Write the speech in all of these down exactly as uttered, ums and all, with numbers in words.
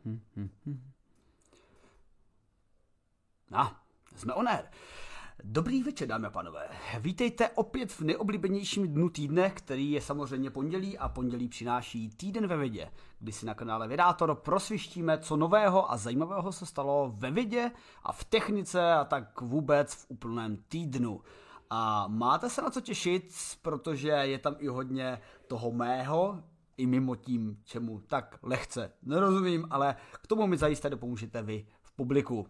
No, jsme on air. Dobrý večer, dámy a pánové. Vítejte opět v nejoblíbenějším dnu týdne, který je samozřejmě pondělí a pondělí přináší Týden ve vědě, kdy si na kanále Vědátor prosvištíme, co nového a zajímavého se stalo ve vědě a v technice a tak vůbec v úplném týdnu. A máte se na co těšit, protože je tam i hodně toho mého, i mimo tím, čemu tak lehce nerozumím, ale k tomu mi zajisté dopomůžete vy v publiku.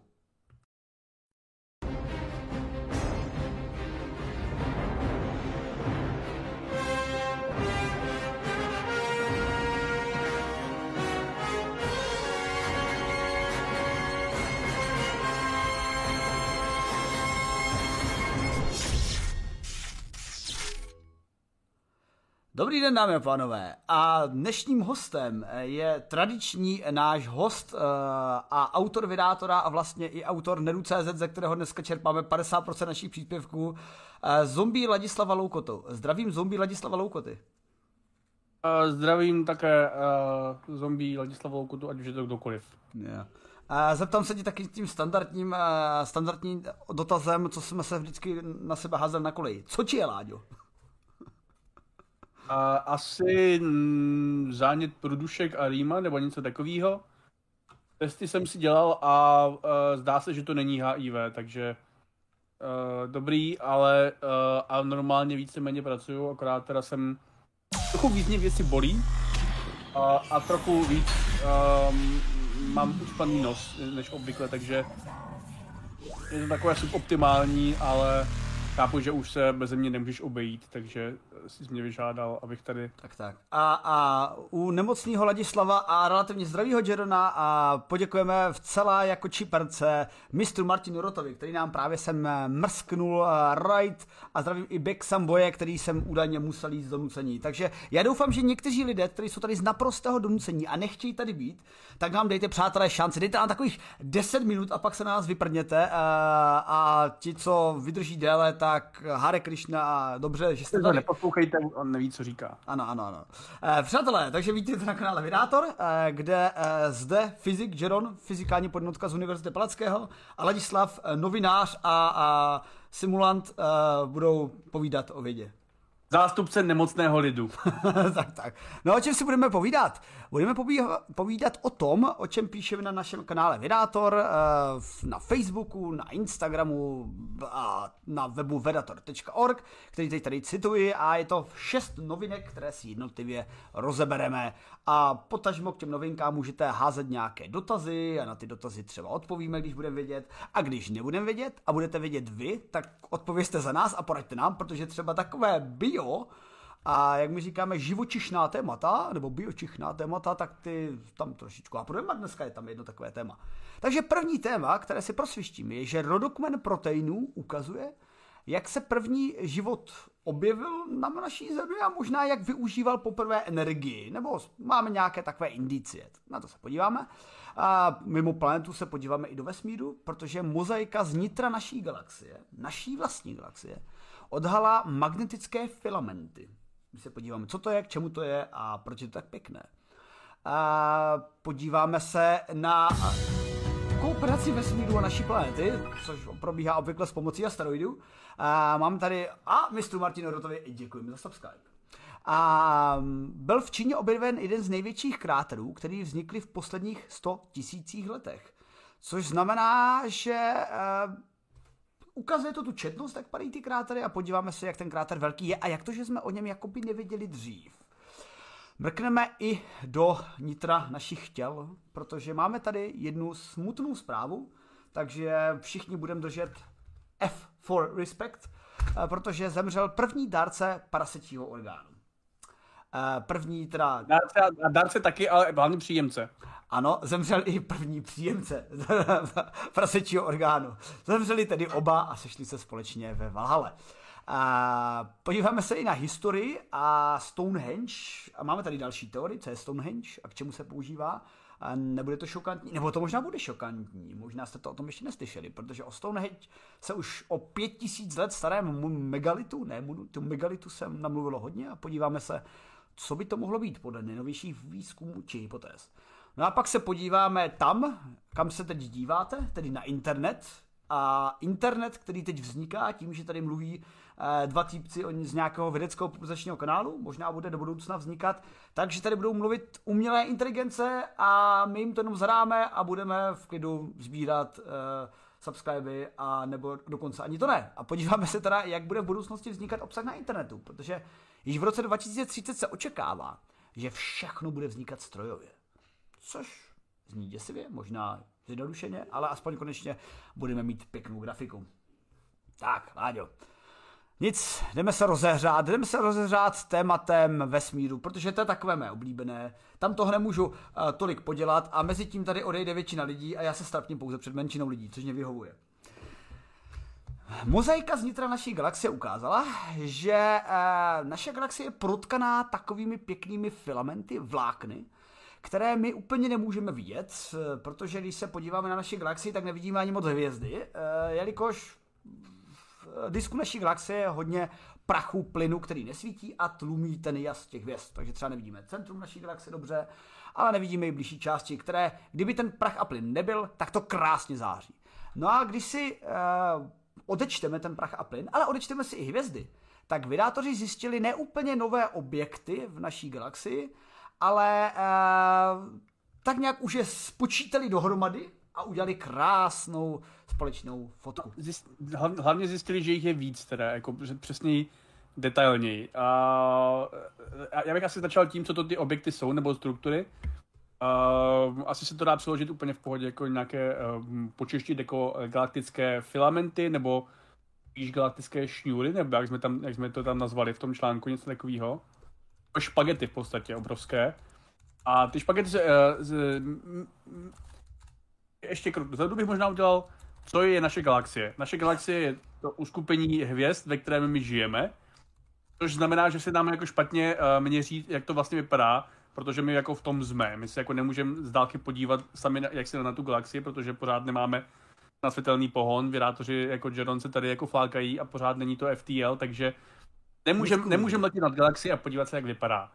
Dobrý den, dámy a pánové. A dnešním hostem je tradiční náš host a autor Vědátora a vlastně i autor Nedu tečka cé zet, ze kterého dneska čerpáme padesát procent našich příspěvků, zombie Ladislava Loukotu. Zdravím zombie Ladislava Loukoty. Zdravím také uh, zombie Ladislava Loukotu, ať už je to kdokoliv. Yeah. A zeptám se ti taky tím standardním, standardním dotazem, co jsme se vždycky na sebe házeli na koleji. Co ti je, Láďo? A asi mm, zánět průdušek a rýma nebo něco takového. Testy jsem si dělal a uh, zdá se, že to není H I V, takže uh, dobrý, ale uh, a normálně víceméně pracuju, akorát teda jsem trochu víc mě věci bolí a, a trochu víc um, mám ucpaný nos než obvykle, takže je to takové suboptimální, ale chápu, že už se bez mě nemůžeš obejít, takže jsi mě vyžádal, abych tady... Tak, tak. A, a u nemocného Ladislava a relativně zdravého Jerona a poděkujeme v celá jako čiperce mistru Martinu Rotovi, který nám právě sem mrsknul right a zdravím i Bek Samboje, který jsem údajně musel jít z donucení. Takže já doufám, že někteří lidé, kteří jsou tady z naprostého donucení a nechtějí tady být, tak nám dejte, přátelé, šanci. Dejte nám takových deset minut a pak se na nás vyprdněte a, a ti, co vydrží déle, tak Hare Krishna a dobře, že jste tady. Neposlouchejte, on neví, co říká. Ano, ano, ano. E, přátelé, takže vítejte na kanále Vědátor, e, kde e, zde fyzik Jeron, fyzikální podnotka z Univerzity Palackého a Ladislav, e, novinář a, a simulant e, budou povídat o vědě. Zástupce nemocného lidu. tak, tak. No o čem si budeme povídat? Budeme povídat o tom, o čem píšeme na našem kanále Vědátor, na Facebooku, na Instagramu a na webu vedator tečka org, který teď tady cituji, a je to šest novinek, které si jednotlivě rozebereme a potažmo k těm novinkám můžete házet nějaké dotazy a na ty dotazy třeba odpovíme, když budeme vědět, a když nebudeme vědět a budete vědět vy, tak odpovězte za nás a poraďte nám, protože třeba takové bio a jak my říkáme živočišná témata, nebo biočichná témata, tak ty tam trošičku a půjdeme, dneska je tam jedno takové téma. Takže první téma, které si prosvištím, je, že rodokmen proteinů ukazuje, jak se první život objevil na naší zemi a možná jak využíval poprvé energii, nebo máme nějaké takové indicie. Na to se podíváme. A mimo planetu se podíváme i do vesmíru, protože mozaika z nitra naší galaxie, naší vlastní galaxie, odhalá magnetické filamenty. My se podíváme, co to je, k čemu to je a proč je to tak pěkné. A podíváme se na kooperaci vesmíru a naší planety, což probíhá obvykle s pomocí asteroidů. A mám tady, a mistru Martinu Rotovi děkujeme za subscribe. A byl v Číně objeven jeden z největších kráterů, který vznikly v posledních sto tisících letech. Což znamená, že uh, ukazuje to tu četnost, jak padají ty krátery, a podíváme se, jak ten kráter velký je a jak to, že jsme o něm jakoby nevěděli dřív. Mrkneme i do nitra našich těl, protože máme tady jednu smutnou zprávu, takže všichni budeme držet F for respect, protože zemřel první dárce prasečího orgánu. První teda... Dárce, a dárce taky, ale hlavně příjemce. Ano, zemřel i první příjemce prasečího orgánu. Zemřeli tedy oba a sešli se společně ve Valhalle. A podíváme se i na historii a Stonehenge. A máme tady další teorii, co je Stonehenge a k čemu se používá. A nebude to šokantní, nebo to možná bude šokantní, možná jste to o tom ještě neslyšeli, protože o Stonehenge se už o pět tisíc let starém megalitu, ne, tu megalitu jsem namluvilo hodně a podíváme se, co by to mohlo být podle nejnovějších výzkumů či hypotéz. No a pak se podíváme tam, kam se teď díváte, tedy na internet. A internet, který teď vzniká tím, že tady mluví eh, dva týpci z nějakého vědeckého populačního kanálu, možná bude do budoucna vznikat, takže tady budou mluvit umělé inteligence a my jim to jenom zadáme a budeme v klidu sbírat eh, subscriby a nebo dokonce ani to ne. A podíváme se teda, jak bude v budoucnosti vznikat obsah na internetu, protože již v roce dva tisíce třicet se očekává, že všechno bude vznikat strojově. Což zní děsivě, možná zjednodušeně, ale aspoň konečně budeme mít pěknou grafiku. Tak, Láďo. Nic, jdeme se rozehřát, jdeme se rozehřát tématem vesmíru, protože to je takové mé oblíbené. Tam toho nemůžu uh, tolik podělat a mezi tím tady odejde většina lidí a já se strapním pouze před menšinou lidí, což mě vyhovuje. Mozaika z nitra naší galaxie ukázala, že uh, naše galaxie je protkaná takovými pěknými filamenty, vlákny, které my úplně nemůžeme vidět, protože když se podíváme na naši galaxii, tak nevidíme ani moc hvězdy, jelikož v disku naší galaxie je hodně prachu, plynu, který nesvítí a tlumí ten jas těch hvězd. Takže třeba nevidíme centrum naší galaxie dobře, ale nevidíme i blížší části, které, kdyby ten prach a plyn nebyl, tak to krásně září. No a když si uh, odečteme ten prach a plyn, ale odečteme si i hvězdy, tak vydátoři zjistili neúplně nové objekty v naší galaxii, ale uh, tak nějak už je spočítali dohromady a udělali krásnou společnou fotku. Zjist, hlavně zjistili, že jich je víc, teda, jako přesněji, detailněji. A já bych asi začal tím, co to ty objekty jsou, nebo struktury. Uh, asi se to dá přeložit úplně v pohodě, jako nějaké uh, počeštit jako galaktické filamenty, nebo spíš galaktické šňůry, nebo jak jsme, tam, jak jsme to tam nazvali v tom článku, něco takového. Špagety v podstatě, obrovské. A ty špagety se... Uh, z, m, m, ještě krok dozadu bych možná udělal, co je naše galaxie. Naše galaxie je to uskupení hvězd, ve kterém my žijeme. Což znamená, že se nám jako špatně uh, měří, jak to vlastně vypadá, protože my jako v tom jsme. My se jako nemůžeme z dálky podívat sami, na, jak se na tu galaxii, protože pořád nemáme na světelný pohon. Vydátoři jako Jeron se tady jako flákají a pořád není to F T L, takže nemůžeme nemůžem letět nad galaxii a podívat se, jak vypadá.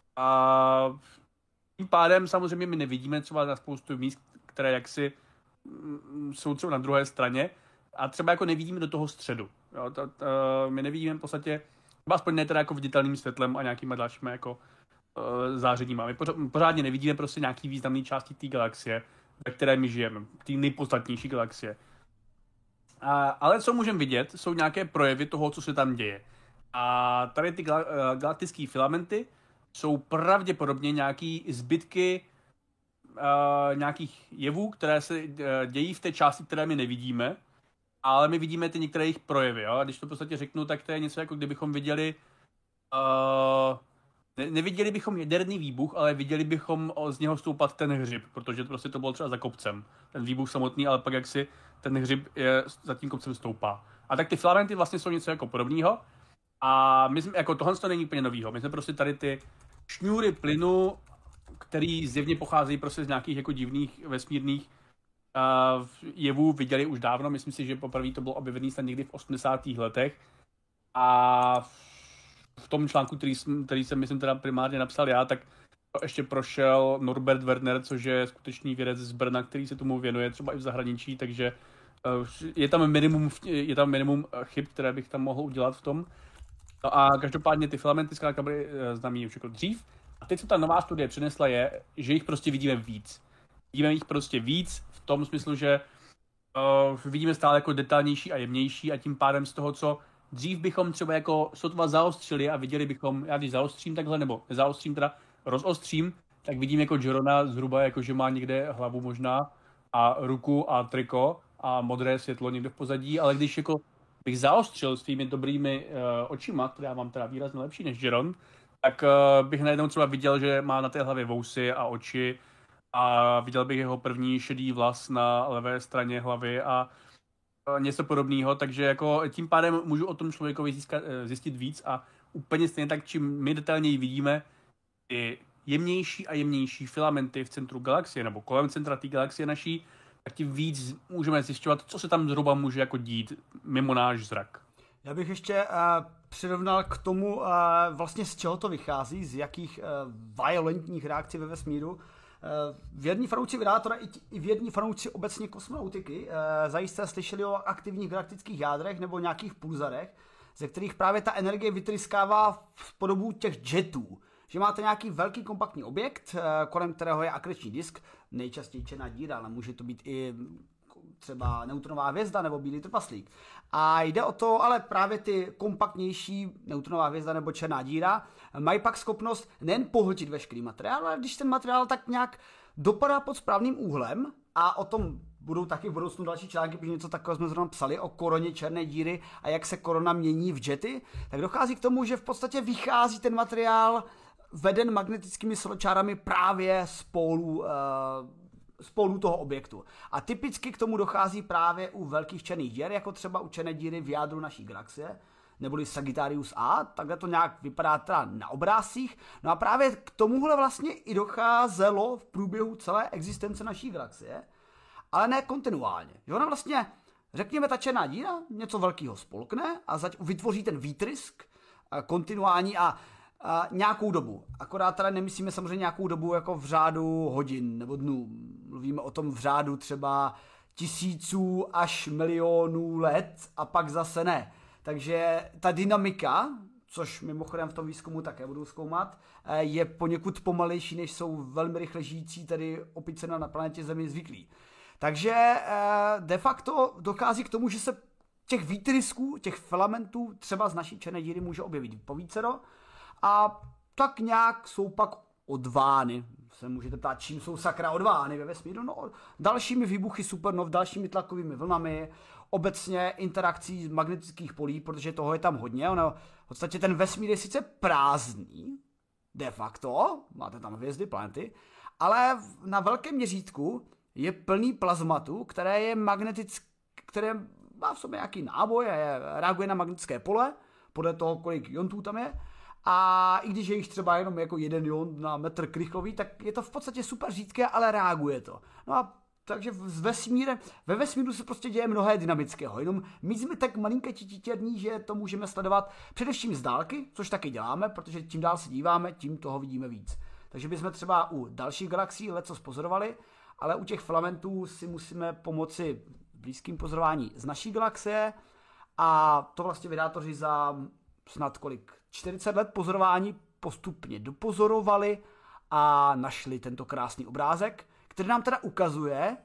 A tím pádem samozřejmě my nevidíme třeba na spoustu míst, které jaksi mm, jsou třeba na druhé straně a třeba jako nevidíme do toho středu. Jo, to, to, my nevidíme v podstatě, aspoň ne teda jako viditelným světlem a nějakýma dalšíma jako uh, zářeníma. My pořád, pořádně nevidíme prostě nějaký významný části té galaxie, ve které my žijeme, té nejpodstatnější galaxie. A, ale co můžeme vidět, jsou nějaké projevy toho, co se tam děje. A tady ty gal, uh, galaktické filamenty jsou pravděpodobně nějaký zbytky uh, nějakých jevů, které se uh, dějí v té části, které my nevidíme, ale my vidíme ty některé jejich projevy. Jo? A když to v podstatě řeknu, tak to je něco jako kdybychom viděli, uh, ne, neviděli bychom jaderný výbuch, ale viděli bychom z něho stoupat ten hřib, protože to prostě to bylo třeba za kopcem. Ten výbuch samotný, ale pak jak si ten hřib je, za tím kopcem stoupá. A tak ty filamenty vlastně jsou něco jako podobného. A my jsme, jako tohle to není úplně novýho. My jsme prostě tady ty šňůry plynu, který zjevně pocházejí prostě z nějakých jako divných vesmírných uh, jevů, viděli už dávno. Myslím si, že poprvé to bylo objevené snad někdy v osmdesátých letech. A v tom článku, který, jsem, který jsem myslím teda primárně napsal já, tak to ještě prošel Norbert Werner, což je skutečný vědec z Brna, který se tomu věnuje třeba i v zahraničí, takže uh, je tam minimum, je tam minimum chyb, které bych tam mohl udělat v tom. No a každopádně ty filamenty zkrátka byly uh, známý už jako dřív. A teď, co ta nová studie přinesla, je, že jich prostě vidíme víc. Vidíme jich prostě víc v tom smyslu, že uh, vidíme stále jako detailnější a jemnější a tím pádem z toho, co dřív bychom třeba jako sotva zaostřili a viděli bychom, já když zaostřím takhle, nebo nezaostřím, teda rozostřím, tak vidím jako Jerona zhruba jako, že má někde hlavu možná a ruku a triko a modré světlo někde v pozadí, ale když jako bych zaostřil svými dobrými uh, očima, které já mám teda výrazně lepší než Jeron, tak uh, bych najednou třeba viděl, že má na té hlavě vousy a oči a viděl bych jeho první šedý vlas na levé straně hlavy a uh, něco podobného, takže jako tím pádem můžu o tom člověkovi získat, uh, zjistit víc a úplně stejně tak, čím my detailněji vidíme ty jemnější a jemnější filamenty v centru galaxie nebo kolem centra té galaxie naší, tak tím víc můžeme zjišťovat, co se tam zhruba může jako dít mimo náš zrak. Já bych ještě uh, přirovnal k tomu, uh, vlastně z čeho to vychází, z jakých uh, violentních reakcí ve vesmíru. Uh, Věrní fanoušci Vydátora i, i věrní fanoušci obecně kosmonautiky zajisté slyšeli o aktivních galaktických jádrech nebo nějakých pulzarech, ze kterých právě ta energie vytryskává v podobu těch jetů. Že máte nějaký velký kompaktní objekt, kolem kterého je akreční disk, nejčastěji černá díra, ale může to být i třeba neutronová hvězda nebo bílý trpaslík. A jde o to, ale právě ty kompaktnější neutronová hvězda nebo černá díra mají pak schopnost nejen pohltit veškerý materiál, ale když ten materiál tak nějak dopadá pod správným úhlem, a o tom budou taky v budoucnu další články, protože něco takového jsme zrovna psali o koroně černé díry a jak se korona mění v jety, tak dochází k tomu, že v podstatě vychází ten materiál veden magnetickými siločárami právě z pólů, uh, z pólů toho objektu. A typicky k tomu dochází právě u velkých černých děr, jako třeba u černé díry v jádru naší galaxie, neboli Sagittarius A, takhle to nějak vypadá teda na obrázcích. No a právě k tomuhle vlastně i docházelo v průběhu celé existence naší galaxie, ale ne kontinuálně. Že ona vlastně, řekněme, ta černá díra něco velkého spolkne a zač- vytvoří ten výtrysk kontinuální a A nějakou dobu. Akorát teda nemyslíme samozřejmě nějakou dobu jako v řádu hodin nebo dnů. Mluvíme o tom v řádu třeba tisíců až milionů let a pak zase ne. Takže ta dynamika, což mimochodem v tom výzkumu také budou zkoumat, je poněkud pomalejší, než jsou velmi rychle žijící tady opice na planetě Zemi zvyklí. Takže de facto dochází k tomu, že se těch výtrysků, těch filamentů třeba z naší černé díry může objevit povícero. A tak nějak jsou pak odvány. Se můžete ptát, čím jsou sakra odvány ve vesmíru? No, dalšími výbuchy supernov, dalšími tlakovými vlnami, obecně interakcí magnetických polí, protože toho je tam hodně. Ono, v podstatě ten vesmír je sice prázdný, de facto, máte tam hvězdy, planety, ale na velkém měřítku je plný plazmatu, které je magnetické, které má v sobě nějaký náboj a reaguje na magnetické pole, podle toho, kolik iontů tam je. A i když je jich třeba jenom jako jeden ion na metr krychlový, tak je to v podstatě super řídké, ale reaguje to. No a takže v vesmíre, ve vesmíru se prostě děje mnohé dynamického, jenom my jsme tak malinké titěrní, že to můžeme sledovat především z dálky, což taky děláme, protože tím dál se díváme, tím toho vidíme víc. Takže bychom třeba u dalších galaxií leco pozorovali, ale u těch filamentů si musíme pomoci blízkým pozorování z naší galaxie a to vlastně vydátoři za snad kolik? čtyřicet let pozorování postupně dopozorovali a našli tento krásný obrázek, který nám teda ukazuje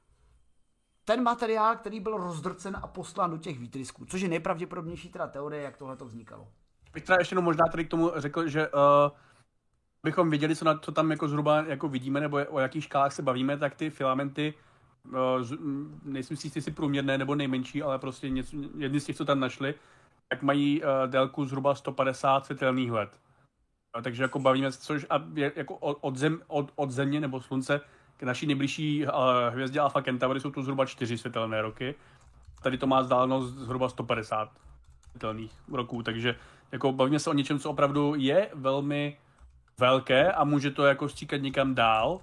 ten materiál, který byl rozdrcen a poslán do těch výtrysků, což je nejpravděpodobnější teda teorie, jak tohle to vznikalo. Bych teda ještě možná tady k tomu řekl, že uh, bychom viděli, co, na, co tam jako zhruba jako vidíme, nebo o jakých škálách se bavíme, tak ty filamenty, uh, z, nejsem si jistý, průměrné nebo nejmenší, ale prostě něco, jedni z těch, co tam našli, tak mají uh, délku zhruba sto padesát světelných let. Uh, takže jako bavíme se, což a je, jako od, od, zem, od, od Země nebo Slunce k naší nejbližší uh, hvězdě Alpha Centauri jsou to zhruba čtyři světelné roky. Tady to má vzdálenost zhruba sto padesát světelných roků, takže jako bavíme se o něčem, co opravdu je velmi velké a může to jako stříkat někam dál,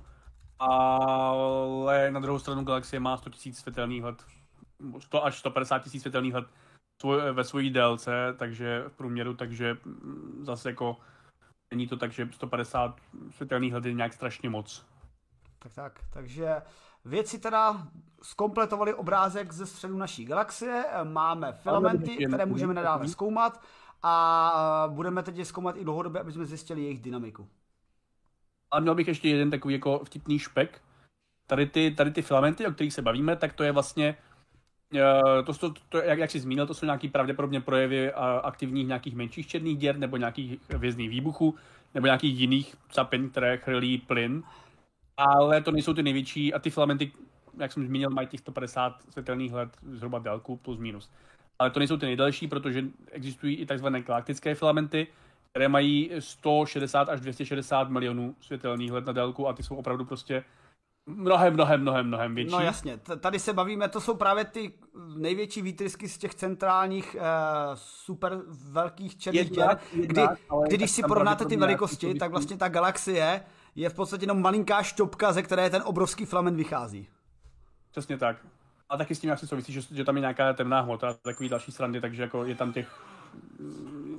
ale na druhou stranu galaxie má sto tisíc světelných let, sto až sto padesát tisíc světelných let ve své délce, takže v průměru, takže zase jako není to tak, že sto padesát světelných let je nějak strašně moc. Tak tak, takže věci teda zkompletovali obrázek ze středu naší galaxie, máme filamenty, které můžeme nadále zkoumat a budeme teď zkoumat i dlouhodobě, aby jsme zjistili jejich dynamiku. A měl bych ještě jeden takový jako vtipný špek. Tady ty, tady ty filamenty, o kterých se bavíme, tak to je vlastně To, to, to, jak, jak jsi zmínil, to jsou nějaký pravděpodobně projevy aktivních nějakých menších černých děr nebo nějakých hvězdných výbuchů nebo nějakých jiných capin, které chrlí plyn. Ale to nejsou ty největší a ty filamenty, jak jsem zmínil, mají těch sto padesát světelných let zhruba délku plus minus. Ale to nejsou ty nejdelší, protože existují i takzvané galaktické filamenty, které mají sto šedesát až dvě stě šedesát milionů světelných let na délku a ty jsou opravdu prostě mnohem, mnohem, mnohem, mnohem větší. No jasně, tady se bavíme, to jsou právě ty největší výtrysky z těch centrálních uh, super velkých černých děr, kdy, kdy když si porovnáte ty velikosti, tak vlastně ta galaxie je v podstatě jenom malinká štopka, ze které ten obrovský filament vychází. Přesně tak. A taky s tím asi souvisí, že, že tam je nějaká temná hmota a takový další srandy, takže jako je tam těch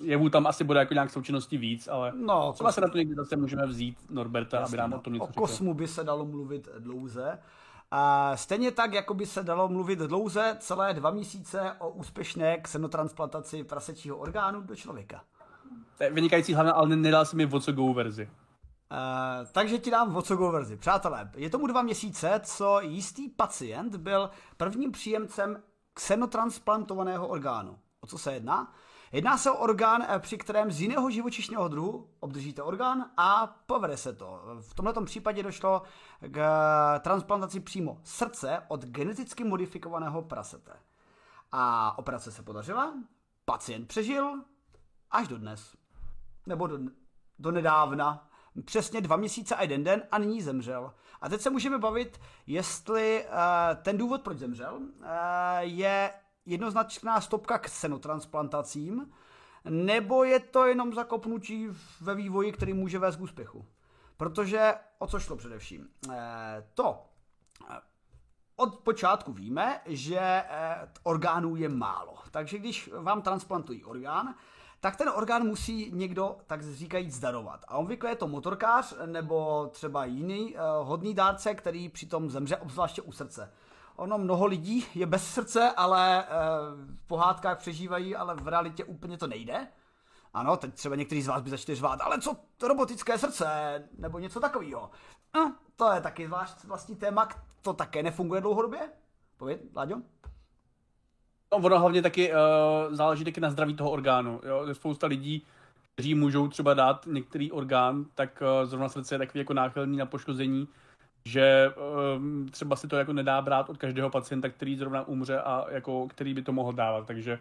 jevů tam asi bude jako nějak součinnosti víc, ale no, třeba se na to někdy zase můžeme vzít Norberta, jasný, aby nám o tom něco řekl. O kosmu by se dalo mluvit dlouze. A stejně tak, jako by se dalo mluvit dlouze celé dva měsíce o úspěšné xenotransplantaci prasečího orgánu do člověka. To je vynikající hlavně, ale nedal si mi Vocogou verzi. Uh, takže ti dám Vocogou verzi. Přátelé, je tomu dva měsíce, co jistý pacient byl prvním příjemcem xenotransplantovaného orgánu. O co se jedná? Jedná se o orgán, při kterém z jiného živočišného druhu obdržíte orgán a povede se to. V tomto případě došlo k transplantaci přímo srdce od geneticky modifikovaného prasete. A operace se podařila, pacient přežil až do dnes. Nebo do, do nedávna. Přesně dva měsíce a jeden den a nyní zemřel. A teď se můžeme bavit, jestli uh, ten důvod, proč zemřel, uh, je jednoznačná stopka k xenotransplantacím, nebo je to jenom zakopnutí ve vývoji, který může vést k úspěchu. Protože o co šlo především? E, to od počátku víme, že e, orgánů je málo. Takže když vám transplantují orgán, tak ten orgán musí někdo, tak říkajíc, zdarovat. A obvykle je to motorkář nebo třeba jiný e, hodný dárce, který přitom zemře, obzvláště u srdce. Ono mnoho lidí je bez srdce, ale e, v pohádkách přežívají, ale v realitě úplně to nejde. Ano, teď třeba někteří z vás by začali řvát, ale co to robotické srdce, nebo něco takového. No, to je taky zvlášť vlastní téma, to také nefunguje dlouhodobě. Pověď, Láďo? No, ono hlavně taky uh, záleží taky na zdraví toho orgánu. Jo? Je spousta lidí, kteří můžou třeba dát některý orgán, tak uh, zrovna srdce je takový jako náchylný na poškození, že um, třeba si to jako nedá brát od každého pacienta, který zrovna umře a jako který by to mohl dávat, takže...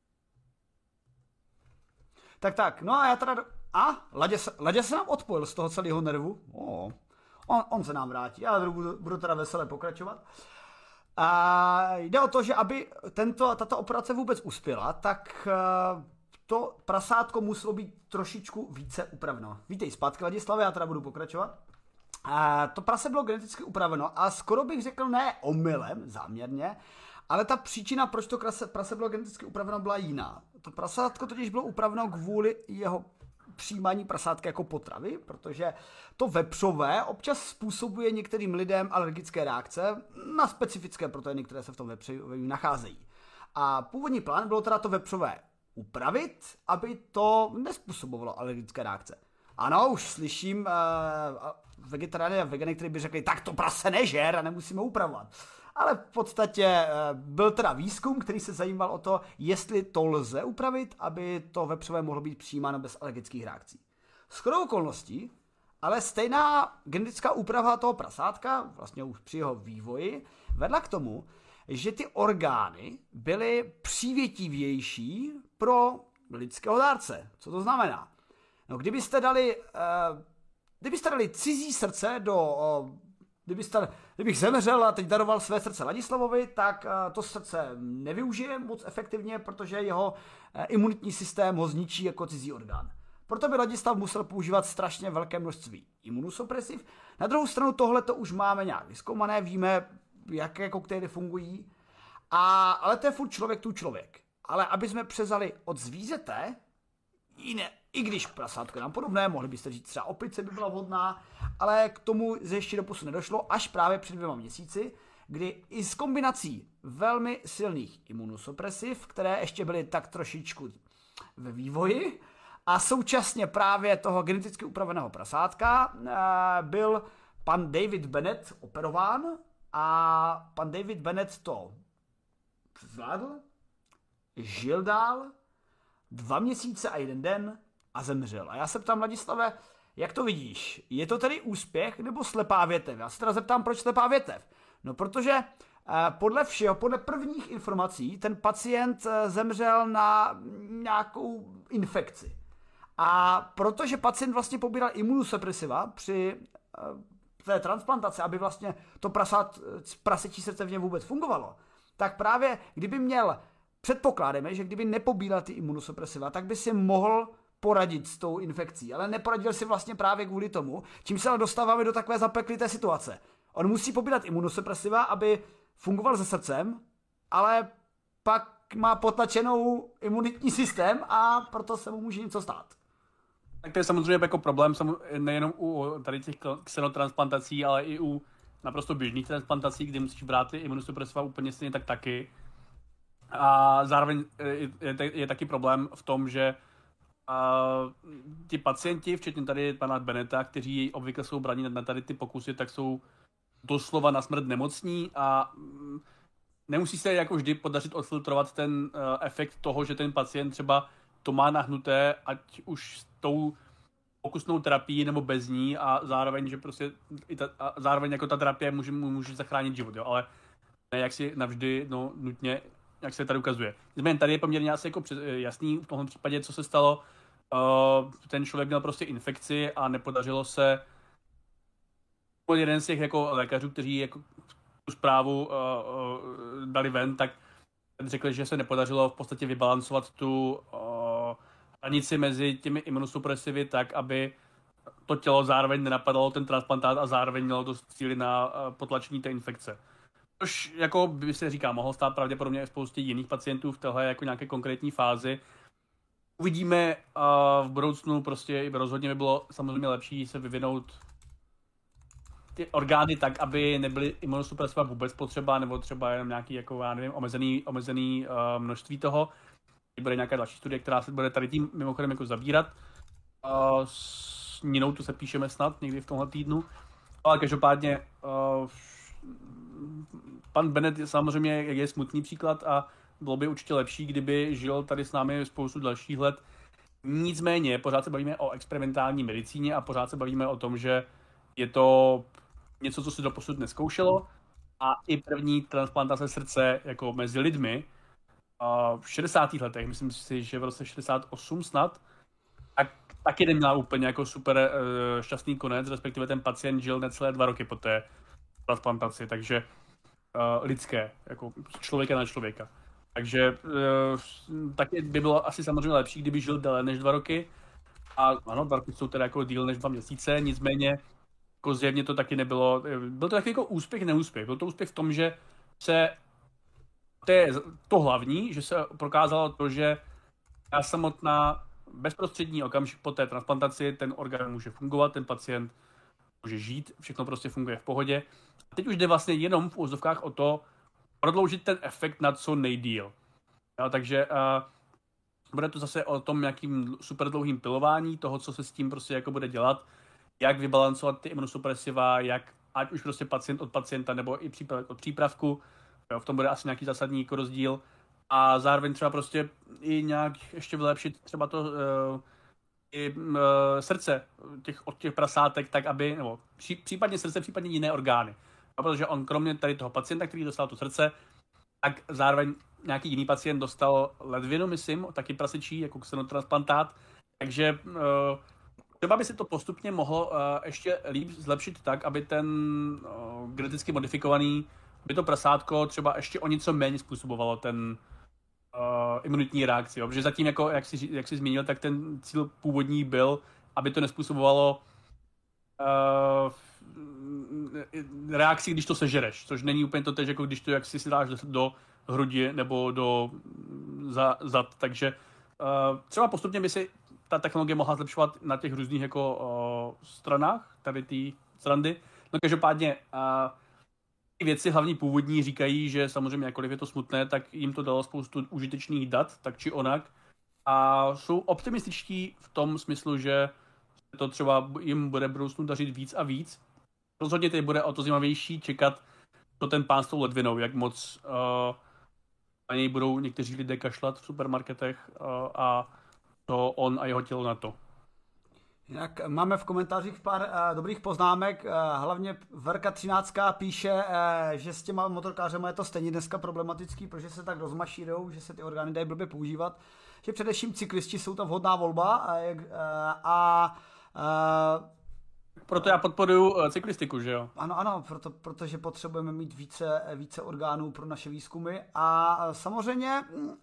Tak tak, no a já teda... A? Ladě se, Ladě se nám odpojil z toho celého nervu. Oh. On, on se nám vrátí, já budu, budu teda veselé pokračovat. A jde o to, že aby tento, tato operace vůbec uspěla, tak uh, to prasátko muselo být trošičku více upraveno. Vítej zpátky, Ladislave, já teda budu pokračovat. A to prase bylo geneticky upraveno a skoro bych řekl ne omylem, záměrně, ale ta příčina, proč to prase, prase bylo geneticky upraveno, byla jiná. To prasátko totiž bylo upraveno kvůli jeho přijímání prasátka jako potravy, protože to vepřové občas způsobuje některým lidem alergické reakce na specifické proteiny, které se v tom vepřovi nacházejí. A původní plán bylo teda to vepřové upravit, aby to nespůsobovalo alergické reakce. Ano, už slyším uh, vegetariány a vegany, kteří by řekli, tak to prase nežer a nemusíme upravovat. Ale v podstatě uh, byl teda výzkum, který se zajímal o to, jestli to lze upravit, aby to vepřové mohlo být přijímáno bez alergických reakcí. Shodou okolností, ale stejná genetická úprava toho prasátka, vlastně už při jeho vývoji, vedla k tomu, že ty orgány byly přívětivější pro lidského dárce. Co to znamená? No, kdybyste dali, uh, kdybyste dali cizí srdce do, uh, kdybyste, kdybych zemřel a teď daroval své srdce Ladislavovi, tak uh, to srdce nevyužije moc efektivně, protože jeho uh, imunitní systém ho zničí jako cizí orgán. Proto by Ladislav musel používat strašně velké množství imunosupresiv. Na druhou stranu tohle to už máme nějak vyzkoumané, víme, jaké koktejly fungují, a, ale to je furt člověk tu člověk. Ale aby jsme přezali od zvířete, jiné, i když prasátko nám podobné, mohli byste říct třeba opice by byla vhodná, ale k tomu ještě doposud nedošlo až právě před dvěma měsíci, kdy i s kombinací velmi silných imunosupresiv, které ještě byly tak trošičku ve vývoji, a současně právě toho geneticky upraveného prasátka byl pan David Bennett operován a pan David Bennett to zvládl, žil dál, dva měsíce a jeden den a zemřel. A já se ptám, Ladislave, jak to vidíš? Je to tedy úspěch nebo slepá větev? Já se teda zeptám, proč slepá větev? No protože eh, podle všeho, podle prvních informací, ten pacient eh, zemřel na nějakou infekci. A protože pacient vlastně pobíral imunosupresiva při eh, té transplantaci, aby vlastně to prasat, prasečí srdce v něm vůbec fungovalo, tak právě kdyby měl, předpokládáme, že kdyby nepobíral ty imunosupresiva, tak by si mohl poradit s tou infekcí, ale neporadil si vlastně právě kvůli tomu, čím se ale dostáváme do takové zapeklité situace. On musí pobírat imunosupresiva, aby fungoval se srdcem, ale pak má potlačenou imunitní systém a proto se mu může něco stát. Tak to je samozřejmě jako problém nejenom u tady těch xenotransplantací, ale i u naprosto běžných transplantací, kdy musíš brát ty imunosupresiva úplně stejně tak taky. A zároveň je, je, je taky problém v tom, že uh, ti pacienti, včetně tady pana Beneta, kteří obvykle jsou braní na tady ty pokusy, tak jsou doslova na smrt nemocní a um, nemusí se jako vždy podařit odfiltrovat ten uh, efekt toho, že ten pacient třeba to má nahnuté, ať už s tou pokusnou terapii nebo bez ní a zároveň, že prostě i ta, a zároveň jako ta terapie může, může zachránit život, jo, ale ne jak si navždy no, nutně, jak se tady ukazuje. Nicméně tady je poměrně asi jako jasný v tomhle případě, co se stalo. Uh, ten člověk měl prostě infekci a nepodařilo se. Jeden z těch jako lékařů, kteří jako tu zprávu uh, uh, dali ven, tak řekli, že se nepodařilo v podstatě vybalancovat tu uh, hranici mezi těmi imunosupresivy tak, aby to tělo zároveň nenapadalo ten transplantát a zároveň mělo dost síly na uh, potlačení té infekce. Což jako by se říká, mohlo stát pravděpodobně i spoustě jiných pacientů v téhle jako nějaké konkrétní fázi. Uvidíme uh, v budoucnu, prostě rozhodně by bylo samozřejmě lepší se vyvinout ty orgány tak, aby nebyly imunosupresiva vůbec potřeba, nebo třeba jenom nějaký, jako, já nevím, omezený, omezený uh, množství toho. Bude nějaká další studie, která se bude tady tím mimochodem jako zabírat. Uh, s Ninou tu se píšeme snad někdy v tomhle týdnu. Ale každopádně uh, pan Bennett je samozřejmě je smutný příklad a bylo by určitě lepší, kdyby žil tady s námi spoustu dalších let. Nicméně, pořád se bavíme o experimentální medicíně a pořád se bavíme o tom, že je to něco, co se doposud neskoušelo a i první transplantace srdce jako mezi lidmi v šedesátých letech, myslím si, že v roce šedesát osm snad, tak taky neměla úplně jako super šťastný konec, respektive ten pacient žil necelé dva roky po té transplantaci, takže uh, lidské, jako člověka na člověka. Takže uh, taky by bylo asi samozřejmě lepší, kdyby žil déle než dva roky. A ano, dva roky jsou teda jako díl než dva měsíce, nicméně jako zjevně to taky nebylo. Byl to taky jako úspěch, neúspěch. Byl to úspěch v tom, že se to je to hlavní, že se prokázalo to, že ta samotná bezprostřední okamžik po té transplantaci ten orgán může fungovat, ten pacient může žít, všechno prostě funguje v pohodě. A teď už jde vlastně jenom v úzovkách o to prodloužit ten efekt na co nejdýl. Jo, takže uh, bude to zase o tom nějakým super dlouhým pilování toho, co se s tím prostě jako bude dělat, jak vybalancovat ty imunosupresiva, jak ať už prostě pacient od pacienta nebo i přípravek od přípravku. Jo, v tom bude asi nějaký zásadní jako rozdíl. A zároveň třeba prostě i nějak ještě vylepšit třeba to uh, i uh, srdce těch, od těch prasátek, tak aby, nebo pří, případně srdce, případně jiné orgány. A protože on kromě tady toho pacienta, který dostal to srdce, tak zároveň nějaký jiný pacient dostal ledvinu, myslím, taky prasečí, jako xenotransplantát. Takže uh, třeba by se to postupně mohlo uh, ještě líp zlepšit tak, aby ten uh, geneticky modifikovaný, aby to prasátko třeba ještě o něco méně způsobovalo ten uh, imunitní reakci. Jo? Protože zatím, jako, jak jsi, jak jsi zmínil, tak ten cíl původní byl, aby to nespůsobovalo uh, reakci, když to sežereš, což není úplně to tež, jako když to jak si si dáš do, do hrudi nebo do za, zad. Takže uh, třeba postupně by si ta technologie mohla zlepšovat na těch různých jako uh, stranách, tady ty srandy. No každopádně uh, ty věci hlavní původní říkají, že samozřejmě jakkoliv je to smutné, tak jim to dalo spoustu užitečných dat, tak či onak. A jsou optimističtí v tom smyslu, že to třeba jim bude v budoucnu dařit víc a víc. Rozhodně teď bude o to zajímavější čekat, co ten pán s tou ledvinou, jak moc uh, na něj budou někteří lidé kašlat v supermarketech uh, a to on a jeho tělo na to. Jinak máme v komentářích pár uh, dobrých poznámek, uh, hlavně Verka třináct píše, uh, že s těma motorkářema je to stejně dneska problematický, protože se tak rozmašírujou, že se ty orgány dají blbě používat, že především cyklisti jsou ta vhodná volba a, uh, a uh, proto já podporuju cyklistiku, že jo? Ano, ano, proto, protože potřebujeme mít více, více orgánů pro naše výzkumy a samozřejmě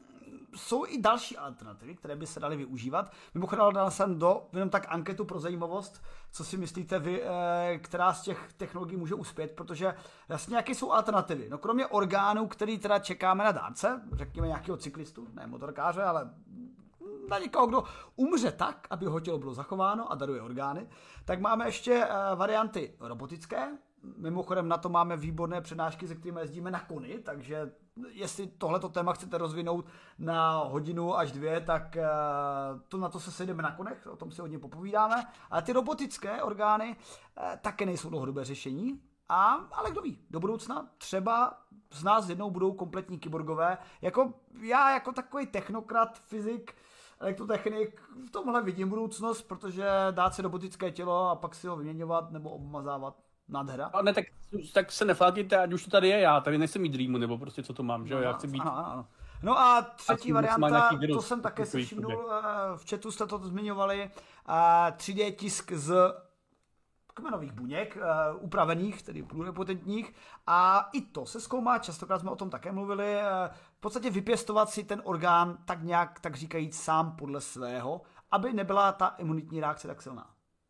jsou i další alternativy, které by se daly využívat. Mimochodem dal jsem do, jenom tak anketu pro zajímavost, co si myslíte vy, která z těch technologií může uspět, protože jasně, jaké jsou alternativy. No kromě orgánů, který teda čekáme na dárce, řekněme nějakého cyklistu, ne motorkáře, ale na někoho, kdo umře tak, aby jeho tělo bylo zachováno a daruje orgány, tak máme ještě varianty robotické. Mimochodem na to máme výborné přednášky, se kterými jezdíme na koni, takže jestli tohleto téma chcete rozvinout na hodinu až dvě, tak to na to se sejdeme na konech, o tom si hodně popovídáme. Ale ty robotické orgány také nejsou dlouhodobé řešení, a, ale kdo ví, do budoucna třeba z nás jednou budou kompletní kyborgové. Jako, já jako takový technokrat, fyzik, elektrotechnik v tomhle vidím budoucnost, protože dát si robotické tělo a pak si ho vyměňovat nebo obmazávat. Nádhera. A ne, tak, tak se neflátíte, ať už to tady je, já tady nechci mít Dreamu, nebo prostě co to mám, že jo, no, já chci být... Ano, ano. No a třetí a varianta, to jsem také si všimnul, v chatu jste to zmiňovali, tři dé tisk z kmenových buněk, upravených, tedy pluripotentních, a i to se zkoumá, častokrát jsme o tom také mluvili, v podstatě vypěstovat si ten orgán tak nějak, tak říkajíc, sám podle svého, aby nebyla ta imunitní reakce tak silná.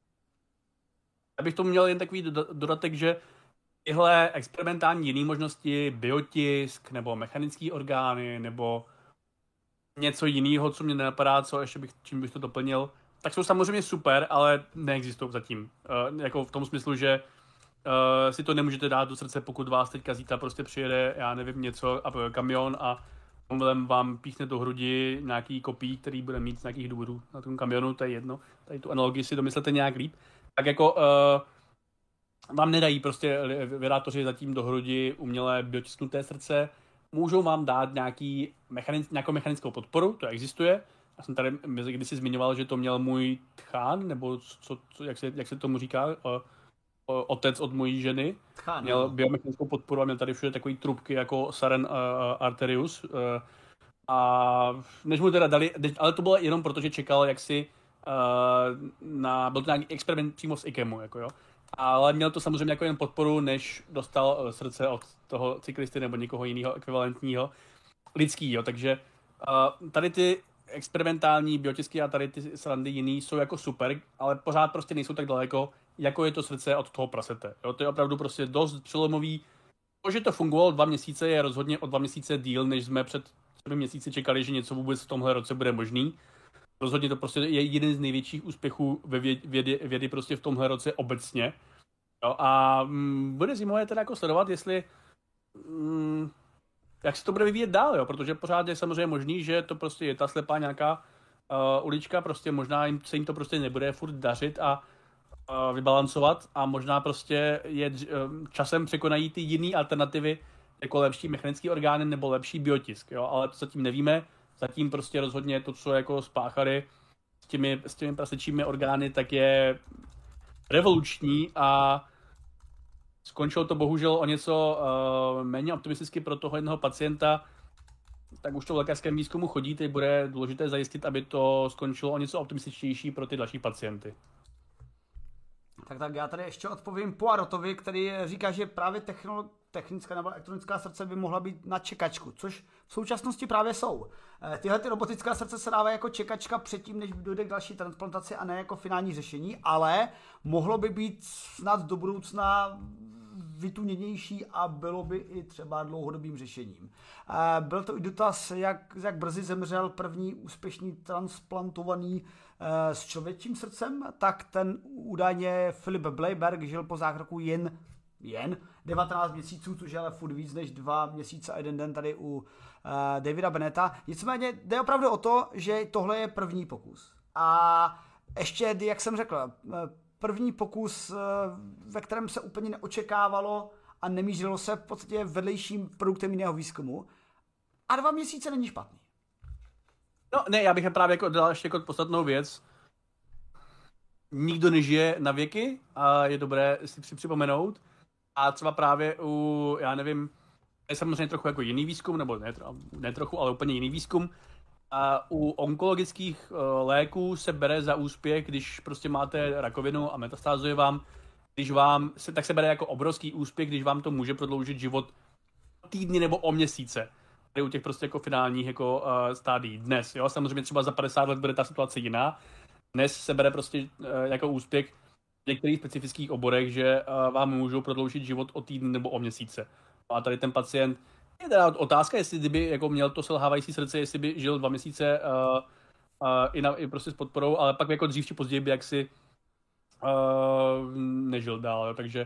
Já bych tomu měl jen takový dodatek, že tyhle experimentální jiné možnosti, biotisk, nebo mechanické orgány, nebo něco jiného, co mě nenapadá, co ještě bych, čím bych to doplnil, tak jsou samozřejmě super, ale neexistují zatím. Uh, jako v tom smyslu, že uh, si to nemůžete dát do srdce, pokud vás teďka zítra prostě přijede, já nevím, něco, a kamion a tomhle vám píchne do hrudi nějaký kopí, který bude mít z nějakých důvodů na tom kamionu, to je jedno. Tady tu analogii si domyslete nějak líp. Tak jako uh, vám nedají prostě vyrátoři zatím do hrudi umělé biotisknuté srdce. Můžou vám dát nějaký mechanic, nějakou mechanickou podporu, to existuje. Já jsem tady kdysi zmiňoval, že to měl můj tchán, nebo co, co, jak, se, jak se tomu říká, uh, otec od mojí ženy. Tchán, měl biomechanickou podporu a měl tady všude takový trubky jako Saren uh, Arterius. Uh, a než mu teda dali, ale to bylo jenom proto, že čekal, jak si Uh, na, byl to nějaký experiment přímo z IKEMu, jako jo. Ale měl to samozřejmě jako jen podporu, než dostal uh, srdce od toho cyklisty nebo někoho jiného ekvivalentního lidskýho, takže uh, tady ty experimentální biotisky a tady ty srandy jiný jsou jako super, ale pořád prostě nejsou tak daleko, jako je to srdce od toho prasete. Jo? To je opravdu prostě dost přelomový. To, že to fungovalo dva měsíce, je rozhodně o dva měsíce díl, než jsme před třemi měsíci čekali, že něco vůbec v tomhle roce bude možný. Rozhodně to prostě je jeden z největších úspěchů ve vědy, vědy prostě v tomhle roce obecně. Jo, a mm, bude zajímavé teda jako sledovat, jestli mm, jak se to bude vyvíjet dál, jo, protože pořád je samozřejmě možný, že to prostě je ta slepá nějaká uh, ulička, prostě možná jim, se jim to prostě nebude furt dařit a uh, vybalancovat a možná prostě je uh, časem překonají ty jiné alternativy, jako lepší mechanický orgány nebo lepší biotisk, jo, ale to zatím nevíme. Zatím prostě rozhodně to, co jako spáchali s těmi, s těmi prasečími orgány, tak je revoluční a skončilo to bohužel o něco uh, méně optimisticky pro toho jednoho pacienta. Tak už to v lékařském výzkumu chodí, teď bude důležité zajistit, aby to skončilo o něco optimističtější pro ty další pacienty. Tak tak já tady ještě odpovím Poirotovi, který říká, že právě technolo- technická nebo elektronická srdce by mohla být na čekačku, což v současnosti právě jsou. Tyhle ty robotická srdce se dávají jako čekačka předtím, než dojde k další transplantaci a ne jako finální řešení, ale mohlo by být snad do budoucna vytuněnější a bylo by i třeba dlouhodobým řešením. Byl to i dotaz, jak, jak brzy zemřel první úspěšný transplantovaný s člověčím srdcem, tak ten údajně Filip Bleiberg žil po zákroku jen, jen devatenáct měsíců, což je ale furt víc než dva měsíce a jeden den tady u uh, Davida Bennetta. Nicméně jde opravdu o to, že tohle je první pokus. A ještě, jak jsem řekl, první pokus, ve kterém se úplně neočekávalo a nemířilo se v podstatě vedlejším produktem jiného výzkumu. A dva měsíce není špatný. No ne, já bych právě jako dal ještě jako podstatnou věc. Nikdo nežije na věky a je dobré si připomenout. A třeba právě u, já nevím, je samozřejmě trochu jako jiný výzkum, nebo ne, ne trochu, ale úplně jiný výzkum. A u onkologických uh, léků se bere za úspěch, když prostě máte rakovinu a metastázuje vám, když vám, se, tak se bere jako obrovský úspěch, když vám to může prodloužit život týdny nebo o měsíce. u těch prostě jako finálních jako uh, stádií dnes, jo, samozřejmě třeba za padesát let bude ta situace jiná. Dnes se bere prostě uh, jako úspěch v některých specifických oborech, že uh, vám můžou prodloužit život o týden nebo o měsíce. A tady ten pacient, je teda otázka, jestli kdyby jako měl to selhávající srdce, jestli by žil dva měsíce uh, uh, i, na, i prostě s podporou, ale pak jako dřív či později by jaksi uh, nežil dál, jo, takže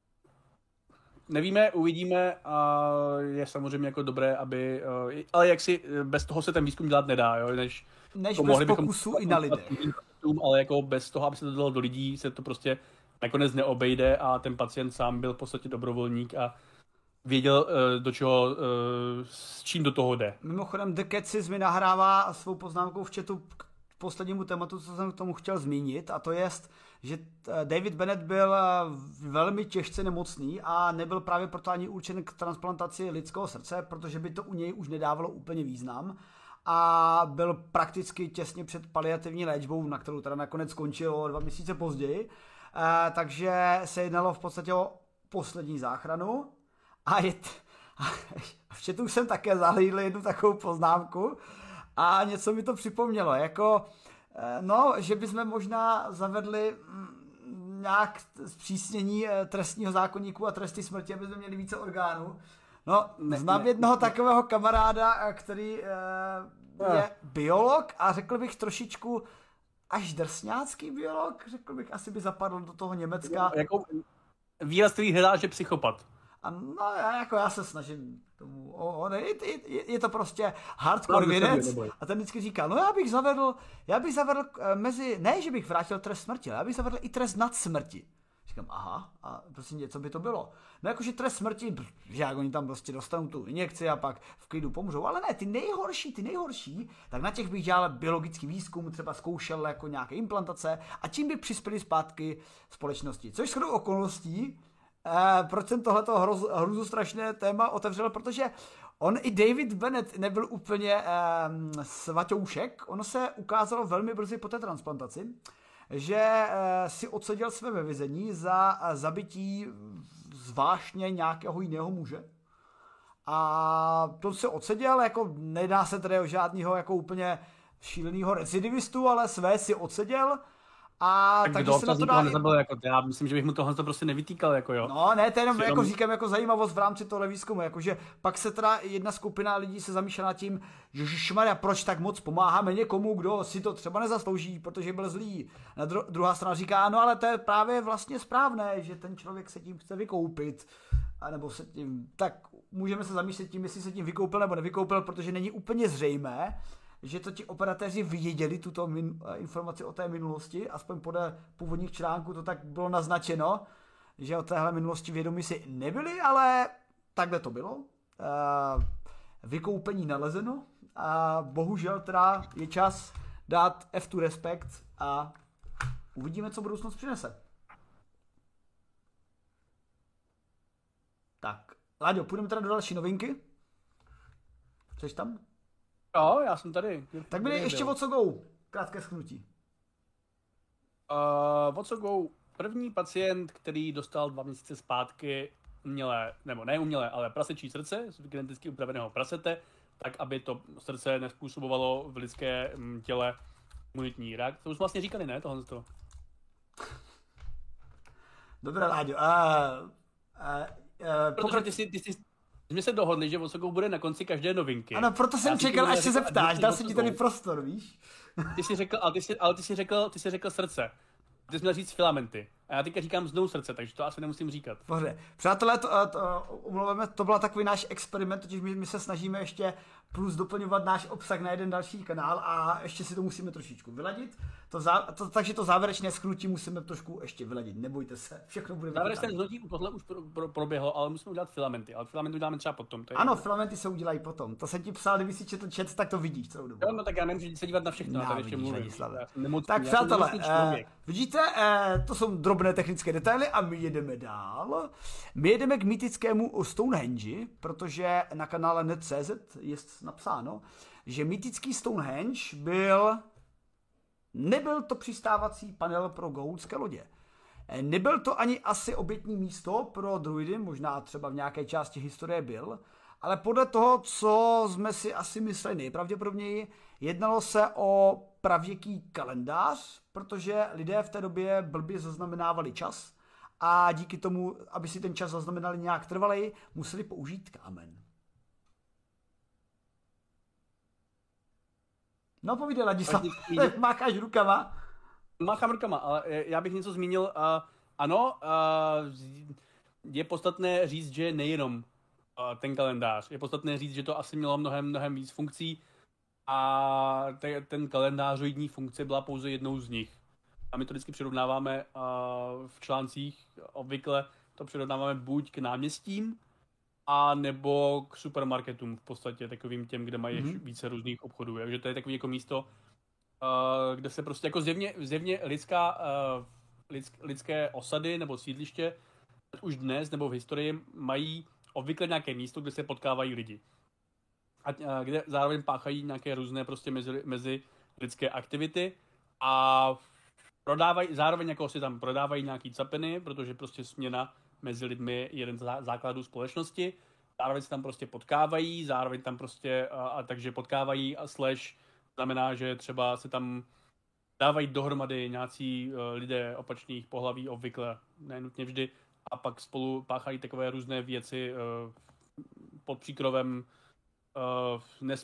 nevíme, uvidíme a je samozřejmě jako dobré, aby, uh, ale jak si bez toho se ten výzkum dělat nedá, jo, než, než to bez pokusu i na lidech. Ale jako bez toho, aby se to dalo do lidí, se to prostě nakonec neobejde a ten pacient sám byl v podstatě dobrovolník a věděl, do čeho, s čím do toho jde. Mimochodem, The Catsis mi nahrává svou poznámkou v chatu k poslednímu tématu, co jsem k tomu chtěl zmínit, a to je, že David Bennett byl velmi těžce nemocný a nebyl právě proto ani určen k transplantaci lidského srdce, protože by to u něj už nedávalo úplně význam. A byl prakticky těsně před paliativní léčbou, na kterou teda nakonec skončil o dva měsíce později. E, takže se jednalo v podstatě o poslední záchranu. A je t... v chatu jsem také zahlídl jednu takovou poznámku a něco mi to připomnělo, jako no, že bychom možná zavedli nějak zpřísnění trestního zákoníku a tresty smrti, aby jsme měli více orgánů. No, ne, znám ne, jednoho ne. takového kamaráda, který uh, je biolog a řekl bych trošičku až drsňácký biolog, řekl bych, asi by zapadl do toho Německa. Jako výraz, který hledá, že psychopat. A no, jako já se snažím tomu, on, je, je, je to prostě hardcore vědec a ten vždycky říkal, no já bych zavedl, já bych zavedl mezi, ne, že bych vrátil trest smrti, ale já bych zavedl i trest nad smrti. Říkám, aha, a prostě něco by to bylo. No jakože trest smrti, že jak oni tam prostě dostanou tu injekci a pak v klidu pomřou, ale ne, ty nejhorší, ty nejhorší, tak na těch bych dělal biologický výzkum, třeba zkoušel jako nějaké implantace a tím by přispěli zpátky společnosti. Což shodou okolností, eh, proč jsem tohleto hroz, hruzu strašné téma otevřel, protože on i David Bennett nebyl úplně eh, svatoušek, ono se ukázalo velmi brzy po té transplantaci, že si odseděl své ve vězení za zabití zvláštně nějakého jiného muže. A to se odseděl, jako nedá se tedy o žádného jako úplně šíleného recidivistu, ale své si odseděl. A tak takže kdo se na to dá... nezabil, jako, já myslím, že bych mu tohle to prostě nevytýkal, jako jo. No ne, to jenom jako jenom... říkám jako zajímavost v rámci tohle výzkumu, jakože pak se teda jedna skupina lidí se zamýšlela nad tím, že ježišmarja, proč tak moc pomáháme někomu, kdo si to třeba nezaslouží, protože byl zlý. Na dru- druhá strana říká, no ale to je právě vlastně správné, že ten člověk se tím chce vykoupit, a nebo se tím, tak můžeme se zamýšlet tím, jestli se tím vykoupil nebo nevykoupil, protože není úplně zřejmé, že to ti operatéři věděli tuto min- informaci o té minulosti, aspoň podle původních článků to tak bylo naznačeno, že o téhle minulosti vědomí si nebyli, ale takhle to bylo. E, vykoupení nalezeno a bohužel teda je čas dát F to respect a uvidíme, co budoucnost přinese. Tak, Láďo, půjdeme teda do další novinky. Chceš tam? Jo, já jsem tady. Tak byli ještě o co go. Krátké shrnutí. Uh, o co go. První pacient, který dostal dva měsíce zpátky umělé, nebo ne umělé, ale prasečí srdce z geneticky upraveného prasete, tak aby to srdce nezpůsobovalo v lidské těle imunitní rak. To už jsme vlastně říkali, ne? Tohle to. Dobré, Láďo. Uh, uh, uh, Protože ty si, ty si jsme se dohodli, že o co go bude na konci každé novinky. Ano, proto jsem čekal, až se zeptáš, dal jsem ti tady prostor, víš? Ty jsi řekl, ale ty jsi, ale ty jsi řekl, ty jsi řekl srdce. Ty jsi měl říct filamenty. A já teďka říkám znovu srdce, takže to asi nemusím říkat. Dobře. Přátelé, to, to, umluvíme, to byl takový náš experiment, totiž my, my se snažíme ještě plus doplňovat náš obsah na jeden další kanál a ještě si to musíme trošičku vyladit. To zá, to, takže to závěrečné shrnutí musíme trošku ještě vyladit, nebojte se, všechno bude vyladit. Závěrečné shrnutí tohle už pro, pro, proběhlo, ale musíme udělat filamenty, ale filamenty uděláme třeba potom. To je ano, filamenty se udělají potom, to jsem ti psal, kdyby si četl chat, tak to vidíš celou dobu. Jo, no tak já nemůžu se dívat na všechno, tady ještě mluvím. Tak přátelé, eh, vidíte, eh, to jsou drobné technické detaily a my jedeme dál. My jedeme k mýtickému Stonehenge, protože na kanále net tečka cé zet je napsáno, že mýtický Stonehenge byl, nebyl to přistávací panel pro goa'ulské lodě. Nebyl to ani asi obětní místo pro druidy, možná třeba v nějaké části historie byl, ale podle toho, co jsme si asi mysleli nejpravděpodobněji, jednalo se o pravěký kalendář, protože lidé v té době blbě zaznamenávali čas a díky tomu, aby si ten čas zaznamenali nějak trvalej, museli použít kámen. No povídej, Ladislav, mácháš rukama. Máchám rukama, ale já bych něco zmínil. Uh, ano, uh, je podstatné říct, že nejenom uh, ten kalendář. Je podstatné říct, že to asi mělo mnohem, mnohem víc funkcí a te, ten kalendářoidní funkce byla pouze jednou z nich. A my to vždycky přirovnáváme uh, v článcích, obvykle to přirovnáváme buď k náměstím, a nebo k supermarketům v podstatě, takovým těm, kde mají mm-hmm. více různých obchodů. Takže to je takový jako místo, uh, kde se prostě jako zjevně, zjevně lidská, uh, lidsk, lidské osady nebo sídliště už dnes nebo v historii mají obvykle nějaké místo, kde se potkávají lidi. A uh, kde zároveň páchají nějaké různé prostě mezi, mezi lidské aktivity a prodávají, zároveň jako si tam prodávají nějaký capiny, protože prostě směna mezi lidmi je jeden z základů společnosti. Zároveň se tam prostě potkávají, zároveň tam prostě, a, a takže potkávají a slash znamená, že třeba se tam dávají dohromady nějací uh, lidé opačných pohlaví obvykle, ne nutně vždy, a pak spolu páchají takové různé věci uh, pod příkrovem uh, nes...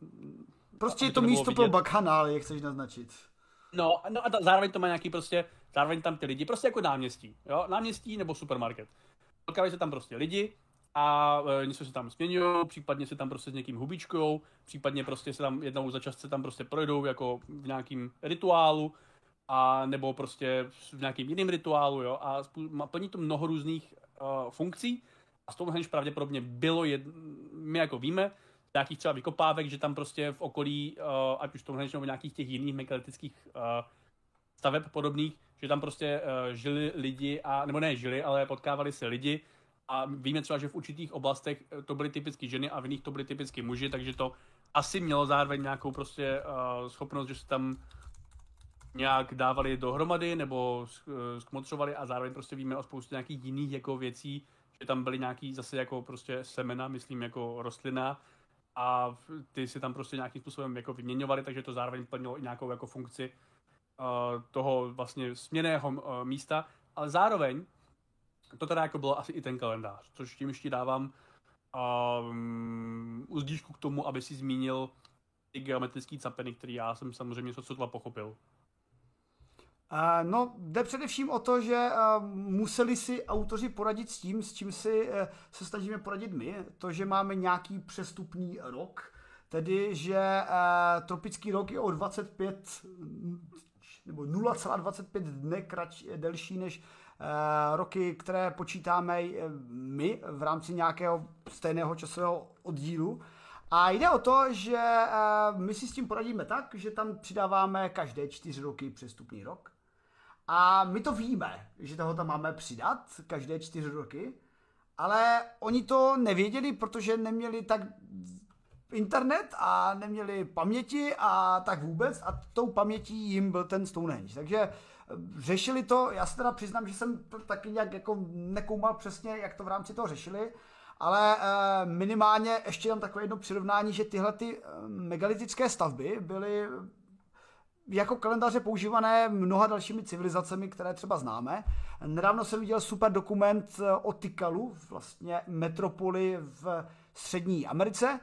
Prostě je to, to místo pro bakhanály, jak chceš naznačit. No, no a ta, zároveň to má nějaký prostě, zároveň tam ty lidi, prostě jako náměstí, jo, náměstí nebo supermarket. Potkávají se tam prostě lidi a e, něco se tam směňují, případně se tam prostě s někým hubičkujou, případně prostě se tam jednou za čas se tam prostě projdou jako v nějakým rituálu, a nebo prostě v nějakým jiným rituálu, jo, a spů- plní to mnoho různých uh, funkcí a Stonehenge pravděpodobně bylo, jed... my jako víme, nějakých třeba vykopávek, že tam prostě v okolí, uh, ať už Stonehenge nebo nějakých těch jiných megalitických uh, staveb podobných, že tam prostě uh, žili lidi, a, nebo ne žili, ale potkávali se lidi a víme třeba, že v určitých oblastech to byly typicky ženy a v jiných to byly typicky muži, takže to asi mělo zároveň nějakou prostě uh, schopnost, že se tam nějak dávali dohromady nebo skmotřovali a zároveň prostě víme o spoustě nějakých jiných jako věcí, že tam byly nějaký zase jako prostě semena, myslím jako rostlina, a ty si tam prostě nějakým způsobem jako vyměňovali, takže to zároveň plnilo i nějakou jako funkci uh, toho vlastně směnného uh, místa, ale zároveň to teda jako bylo asi i ten kalendář, což tím ještě dávám um, uzdíšku k tomu, aby si zmínil ty geometrický capeny, který já jsem samozřejmě sotva pochopil. Uh, no, jde především o to, že uh, museli si autoři poradit s tím, s čím si uh, se snažíme poradit my. To, že máme nějaký přestupný rok, tedy, že uh, tropický rok je o dvacet pět nebo nula celá dvacet pět dne kratší, delší než uh, roky, které počítáme my v rámci nějakého stejného časového oddílu. A jde o to, že uh, my si s tím poradíme tak, že tam přidáváme každé čtyři roky přestupný rok. A my to víme, že toho tam máme přidat každé čtyři roky, ale oni to nevěděli, protože neměli tak internet a neměli paměti a tak vůbec, a tou pamětí jim byl ten Stonehenge. Takže řešili to, já se teda přiznám, že jsem to taky nějak jako nekoumal přesně, jak to v rámci toho řešili, ale minimálně ještě tam takové jedno přirovnání, že tyhle ty megalitické stavby byly jako kalendáře používané mnoha dalšími civilizacemi, které třeba známe. Nedávno jsem viděl super dokument o Tikalu, vlastně metropoli v střední Americe,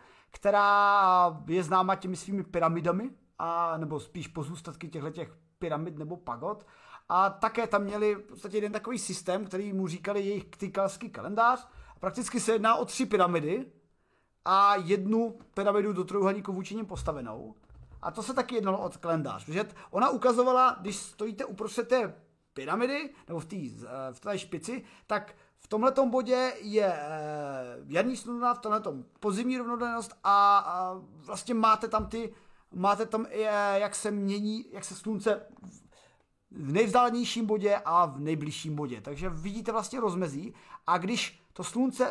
která je známa těmi svými pyramidami, a, nebo spíš pozůstatky těchto pyramid nebo pagod. A také tam měli v podstatě jeden takový systém, který mu říkali jejich tikalský kalendář. Prakticky se jedná o tři pyramidy a jednu pyramidu do trojúhelníku vůči nim postavenou. A to se taky jednalo od kalendář, protože ona ukazovala, když stojíte uprostřed té pyramidy, nebo v té v té špici, tak v tomhletom bodě je jarní slunna, v tomhletom podzimní rovnodennost a, a vlastně máte tam ty, máte tam jak se mění, jak se slunce v nejvzdálenějším bodě a v nejbližším bodě. Takže vidíte vlastně rozmezí, a když to slunce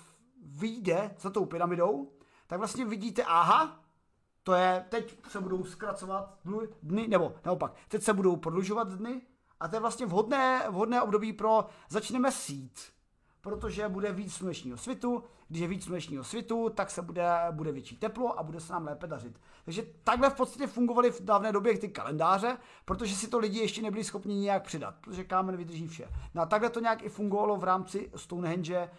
vyjde za tou pyramidou, tak vlastně vidíte, aha, to je, teď se budou zkracovat dny, nebo naopak, teď se budou prodlužovat dny, a to je vlastně vhodné, vhodné období pro, začneme sít, protože bude víc slunečního svitu, když je víc slunečního svitu, tak se bude, bude větší teplo a bude se nám lépe dařit. Takže takhle v podstatě fungovaly v dávné době ty kalendáře, protože si to lidi ještě nebyli schopni nějak přidat, protože kámen vydrží vše. No a takhle to nějak i fungovalo v rámci Stonehenge eh,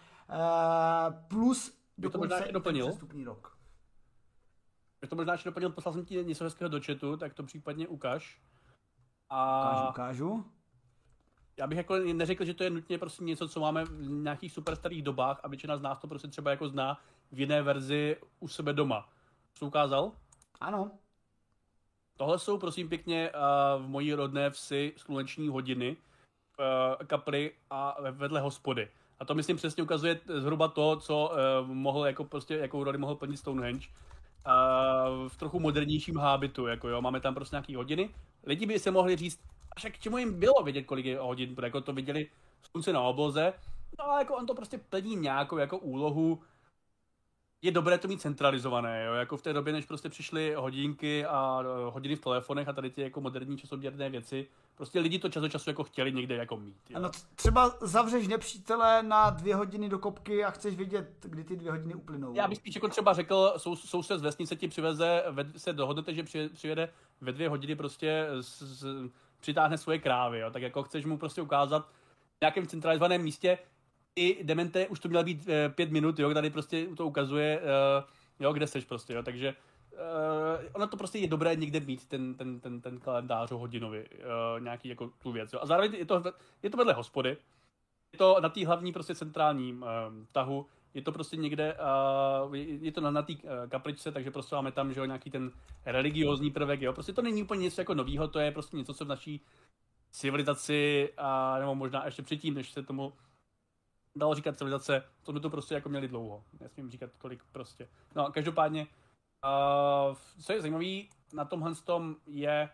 plus dokonce i ten přestupný rok. Bych to možná ještě doplnil, poslal jsem ti něco hezkého do chatu, tak to případně ukáž. A... Ukážu, ukážu. Já bych jako neřekl, že to je nutně prostě něco, co máme v nějakých super starých dobách a většina z nás to prostě třeba jako zná v jiné verzi u sebe doma. Jsi to ukázal? Ano. Tohle jsou prosím pěkně uh, v mojí rodné vsi sluneční hodiny, uh, kapry a vedle hospody. A to myslím přesně ukazuje zhruba to, co uh, mohl jako prostě, jakou roli mohl plnit Stonehenge. Uh, v trochu modernějším hábitu, jako jo, máme tam prostě nějaký hodiny. Lidi by se mohli říct, až k čemu jim bylo vědět, kolik je hodin, protože jako to viděli slunce na obloze, no ale jako on to prostě plní nějakou jako úlohu. Je dobré to mít centralizované, jo, jako v té době, než prostě přišly hodinky a hodiny v telefonech a tady ty jako moderní časoměrné věci, prostě lidi to čas od času jako chtěli někde jako mít. Jo. Ano, třeba zavřeš nepřítele na dvě hodiny do kopky a chceš vědět, kdy ty dvě hodiny uplynou. Já bych spíš jako třeba řekl, sou, soused z vesnice ti přiveze, ve, se dohodnete, že při, přijede ve dvě hodiny prostě z, z, přitáhne svoje krávy, jo, tak jako chceš mu prostě ukázat v nějakém centralizovaném místě. I demente už to mělo být e, pět minut, jo, tady prostě to ukazuje, e, jo, kde seš prostě, jo, takže e, ono to prostě je dobré někde mít ten, ten, ten, ten kalendář hodinový, e, nějaký jako tu věc, jo. A zároveň je to, je to vedle hospody, je to na té hlavní prostě centrální e, tahu, je to prostě někde, e, je to na, na té kapličce, takže prostě máme tam, že jo, nějaký ten religiózní prvek, jo, prostě to není úplně něco jako novýho, to je prostě něco, co v naší civilizaci, a, nebo možná ještě předtím, než se tomu dalo říkat civilizace, to by to prostě jako měli dlouho. Nesmím říkat kolik prostě. No každopádně, uh, co je zajímavý na tomhle tom je,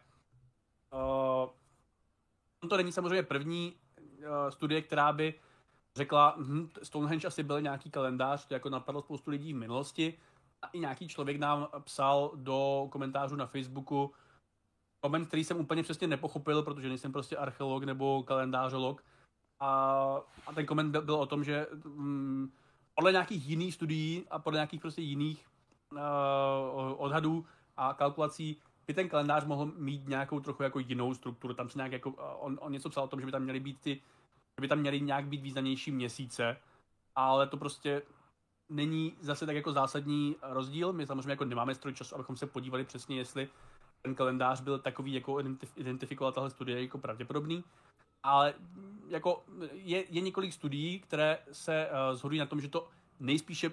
uh, to není samozřejmě první uh, studie, která by řekla, hm, Stonehenge asi byl nějaký kalendář, to jako napadlo spoustu lidí v minulosti a i nějaký člověk nám psal do komentářů na Facebooku koment, který jsem úplně přesně nepochopil, protože nejsem prostě archeolog nebo kalendářolog. A, a ten koment byl, byl o tom, že um, podle nějakých jiných studií a podle nějakých prostě jiných uh, odhadů a kalkulací by ten kalendář mohl mít nějakou trochu jako jinou strukturu. Tam se nějak jako, on, on něco psal o tom, že by tam měly být ty, že by tam měly nějak být významnější měsíce, ale to prostě není zase tak jako zásadní rozdíl. My samozřejmě jako nemáme stroj času, abychom se podívali přesně, jestli ten kalendář byl takový, jako identifikovala tahle studie jako pravděpodobný. Ale jako je, je několik studií, které se uh, shodují na tom, že to nejspíše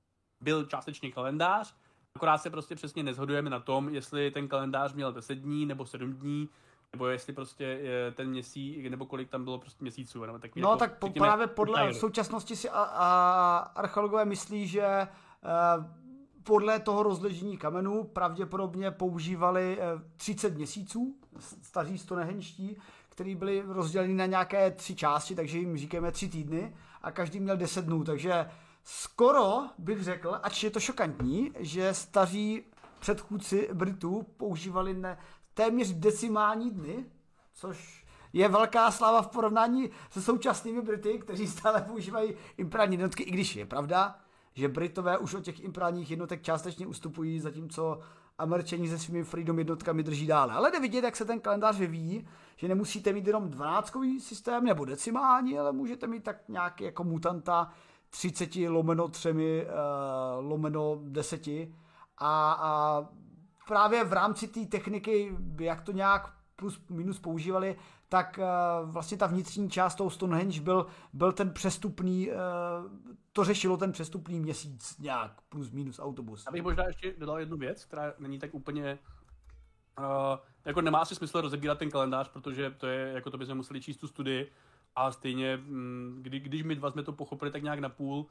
byl částečně kalendář, akorát se prostě přesně neshodujeme na tom, jestli ten kalendář měl deset dní nebo sedm dní, nebo jestli prostě je ten měsíc, nebo kolik tam bylo prostě měsíců. Nebo tak no jako, tak po, právě podle v současnosti si a, a archeologové myslí, že uh, podle toho rozležení kamenů pravděpodobně používali uh, třicet měsíců, staří stonehenští, který byly rozděleny na nějaké tři části, takže jim říkáme tři týdny a každý měl deset dnů, takže skoro bych řekl, ač je to šokantní, že staří předchůdci Britů používali ne, téměř decimální dny, což je velká sláva v porovnání se současnými Brity, kteří stále používají imperiální jednotky, i když je pravda, že Britové už od těch imperiálních jednotek částečně ustupují, zatímco Američani se svými freedom jednotkami drží dále. Ale jde vidět, jak se ten kalendář vyvíjí, že nemusíte mít jenom dvanáctkový systém nebo decimální, ale můžete mít tak nějaký jako mutanta třicet lomeno třemi uh, lomeno deseti a, a právě v rámci té techniky, jak to nějak plus minus používali, tak uh, vlastně ta vnitřní část toho Stonehenge byl, byl ten přestupný, uh, to řešilo ten přestupný měsíc nějak, plus minus autobus. Já bych možná ještě dodal jednu věc, která není tak úplně, uh, jako nemá asi smysl rozebírat ten kalendář, protože to je, jako to bychom museli číst tu studii a stejně, um, kdy, když my dva jsme to pochopili tak nějak na půl,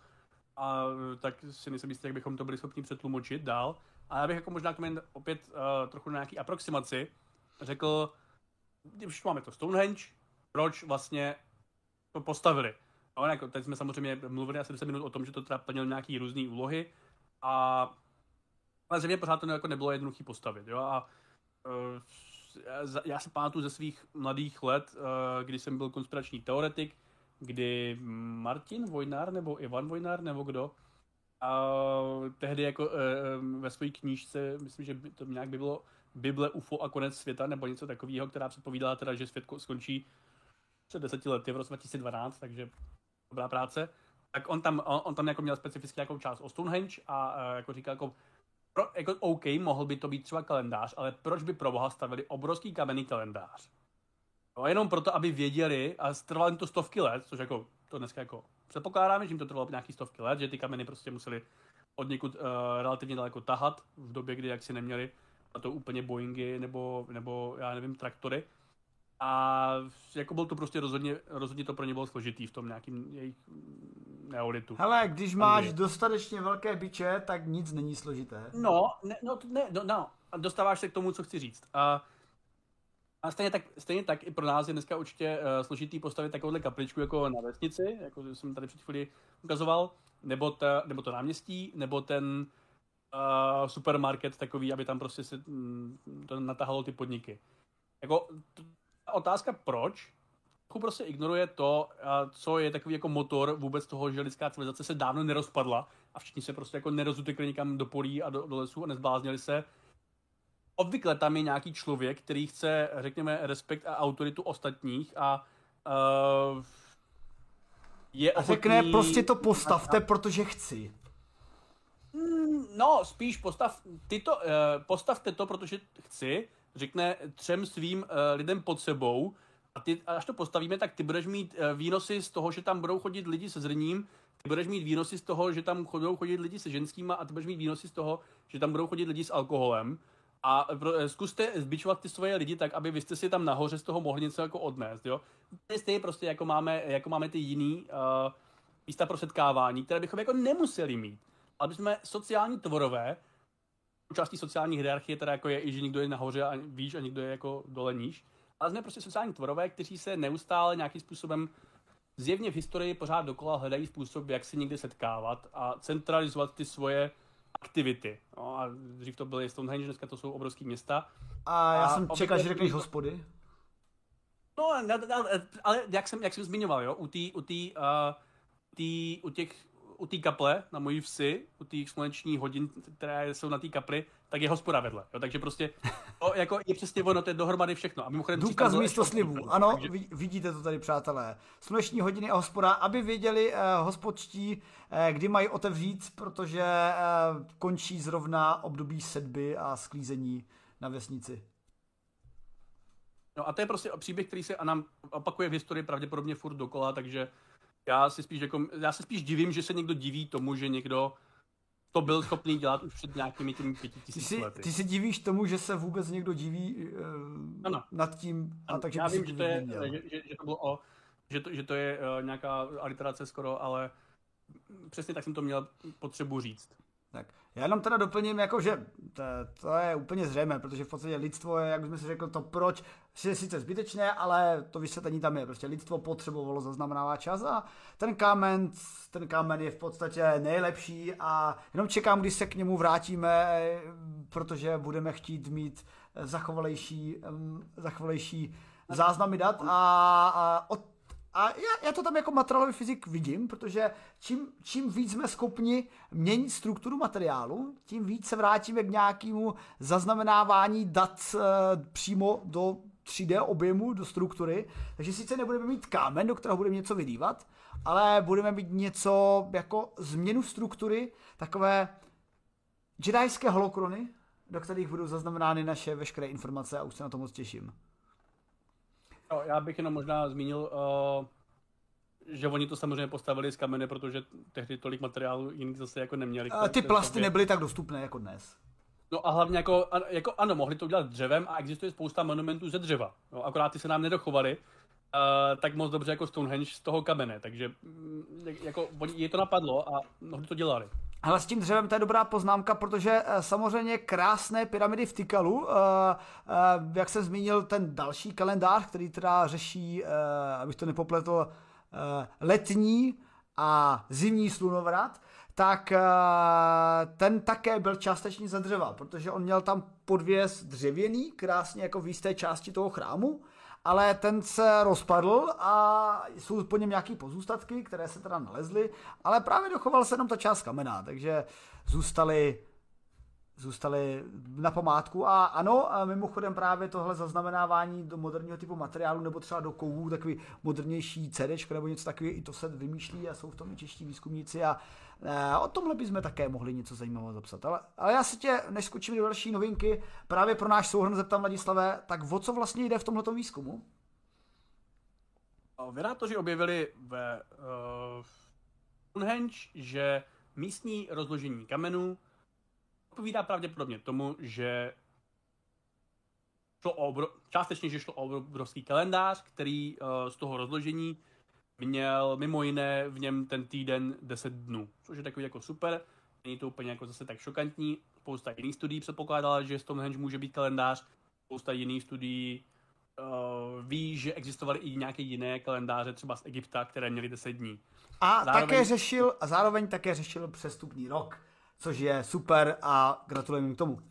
a tak si nejsem jistý, jak bychom to byli schopni přetlumočit dál. A já bych jako možná opět uh, trochu na nějaký aproximaci řekl, když máme to Stonehenge, proč vlastně to postavili. No, jako teď jsme samozřejmě mluvili asi deset minut o tom, že to teda plnilo nějaký různý úlohy, a ale zřejmě pořád to jako nebylo jednoduchý postavit. Jo? A uh, já si pamatuju ze svých mladých let, uh, kdy jsem byl konspirační teoretik, kdy Martin Vojnár nebo Ivan Vojnár nebo kdo Uh, tehdy jako uh, ve své knížce, myslím, že by to nějak by bylo Bible, U F O a konec světa, nebo něco takového, která předpovídala teda, že svět skončí před deseti lety v roce dva tisíce dvanáct, takže dobrá práce. Tak on tam, on, on tam jako měl specificky nějakou část o Stonehenge a uh, jako říkal, jako, pro, jako OK, mohl by to být třeba kalendář, ale proč by pro boha stavili obrovský kamenný kalendář? No, jenom proto, aby věděli, a trvalo jim to stovky let, což jako to dneska jako předpokládáme, že jim to trvalo nějaký stovky let, že ty kameny prostě museli od někud uh, relativně daleko tahat v době, kdy jaksi neměli na to úplně Boeingy nebo, nebo já nevím, traktory. A jako byl to prostě rozhodně, rozhodně to pro ně bylo složitý v tom nějakým jejich neolitu. Hele, když máš dostatečně velké biče, tak nic není složité. No, ne, no, ne, no, no, dostáváš se k tomu, co chci říct. A A stejně tak, stejně tak i pro nás je dneska určitě uh, složitý postavit takovouhle kapličku jako na vesnici, jako jsem tady před chvíli ukazoval, nebo, ta, nebo to náměstí, nebo ten uh, supermarket takový, aby tam prostě se mm, to natahalo ty podniky. Jako t- otázka proč, prostě ignoruje to, uh, co je takový jako motor vůbec toho, že lidská civilizace se dávno nerozpadla a všichni se prostě jako nerozutekli někam do polí a do, do lesů a nezbláznili se. Obvykle tam je nějaký člověk, který chce, řekněme, respekt a autoritu ostatních a uh, je a řekne, ochotný... prostě to postavte, protože chci. No, spíš postav, ty to, uh, postavte to, protože chci, řekne třem svým uh, lidem pod sebou a ty, až to postavíme, tak ty budeš mít uh, výnosy z toho, že tam budou chodit lidi se zrním, ty budeš mít výnosy z toho, že tam budou chodit lidi se ženskýma a ty budeš mít výnosy z toho, že tam budou chodit lidi s alkoholem. A zkuste zbičovat ty svoje lidi tak, aby vy jste si tam nahoře z toho mohli něco jako odnést, jo. Stejně prostě jako máme, jako máme ty jiný uh, místa pro setkávání, které bychom jako nemuseli mít. Ale my jsme sociální tvorové, součástí sociální hierarchie teda jako je i, že někdo je nahoře a výš a někdo je jako dole níž. Ale jsme prostě sociální tvorové, kteří se neustále nějakým způsobem zjevně v historii pořád dokola hledají způsob, jak se někde setkávat a centralizovat ty svoje aktivity. No a dřív to byly Stonehenge, dneska to jsou obrovský města. A já a jsem čekal, že řekneš hospody. No, ale jak jsem, jak jsem zmiňoval, jo, u té u tý, uh, tý, u těch u té kaple na mojí vsi, u těch slunečních hodin, které jsou na té kapli, tak je hospoda vedle. Jo, takže prostě to jako je přesně ono, to je dohromady všechno. A mimochodem důkaz místo slibů. Ano, takže... vidíte to tady, přátelé. Sluneční hodiny a hospoda, aby věděli uh, hospodští, uh, kdy mají otevřít, protože uh, končí zrovna období sedby a sklízení na vesnici. No a to je prostě příběh, který se a nám opakuje v historii pravděpodobně furt dokola, takže já si spíš jako, já se spíš divím, že se někdo diví tomu, že někdo to byl schopný dělat už před nějakými těmi pěti tisíc lety. Ty si divíš tomu, že se vůbec někdo diví uh, nad tím, a takže já vím, že to, je, že, že, že to bylo o, že to, že to je uh, nějaká aliterace skoro, ale přesně tak jsem to měl potřebu říct. Tak. Já jenom teda doplním, jako, že to, to je úplně zřejmé, protože v podstatě lidstvo je, jak jsme si řekli, to proč, je sice zbytečné, ale to vysvětlení tam je. Prostě lidstvo potřebovalo zaznamenávat čas a ten kámen, ten kámen je v podstatě nejlepší a jenom čekám, když se k němu vrátíme, protože budeme chtít mít zachovalejší, zachovalejší záznamy dat a, a od A já, já to tam jako materiálový fyzik vidím, protože čím, čím víc jsme schopni měnit strukturu materiálu, tím víc se vrátíme k nějakému zaznamenávání dat e, přímo do tři dé objemu, do struktury. Takže sice nebudeme mít kámen, do kterého budeme něco vylívat, ale budeme mít něco jako změnu struktury, takové jedajské holokrony, do kterých budou zaznamenány naše veškeré informace a už se na to moc těším. No, já bych jenom možná zmínil, uh, že oni to samozřejmě postavili z kamene, protože tehdy tolik materiálu jiných zase jako neměli. A ty plasty sobě. Nebyly tak dostupné jako dnes. No a hlavně jako, jako ano, mohli to udělat dřevem a existuje spousta monumentů ze dřeva. No, akorát ty se nám nedochovaly uh, tak moc dobře jako Stonehenge z toho kamene, takže jako je to napadlo a mnohdy to dělali. Ale s tím dřevem to je dobrá poznámka, protože samozřejmě krásné pyramidy v Tikalu, jak jsem zmínil ten další kalendář, který teda řeší, abych to nepopletl, letní a zimní slunovrat, tak ten také byl částečně ze dřeva, protože on měl tam podvěs dřevěný, krásně jako v jisté části toho chrámu ale ten se rozpadl a jsou po něm nějaký pozůstatky, které se teda nalezly, ale právě dochoval se jenom ta část kamená, takže zůstaly zůstaly na památku a ano, a mimochodem právě tohle zaznamenávání do moderního typu materiálu nebo třeba do kovů, takový modernější CDčko nebo něco takového, i to se vymýšlí a jsou v tom i čeští výzkumníci a e, o tomhle bychom také mohli něco zajímavého zapsat. Ale, ale já se tě, než skočím do další novinky, právě pro náš souhrn zeptám, Ladislave, tak o co vlastně jde v tomhletom výzkumu? Vědátoři objevili ve uh, Stonehenge, že místní rozložení kamenů odpovídá pravděpodobně tomu, že šlo o obro... částečně, že šlo o obrovský kalendář, který uh, z toho rozložení měl mimo jiné v něm ten týden deset dnů, což je takový jako super, není to úplně jako zase tak šokantní. Spousta jiných studií předpokládala, že Stonehenge může být kalendář, spousta jiných studií uh, ví, že existovaly i nějaké jiné kalendáře, třeba z Egypta, které měly deset dní. A zároveň... také řešil, a zároveň také řešil přestupný rok, což je super a gratulujeme k tomu.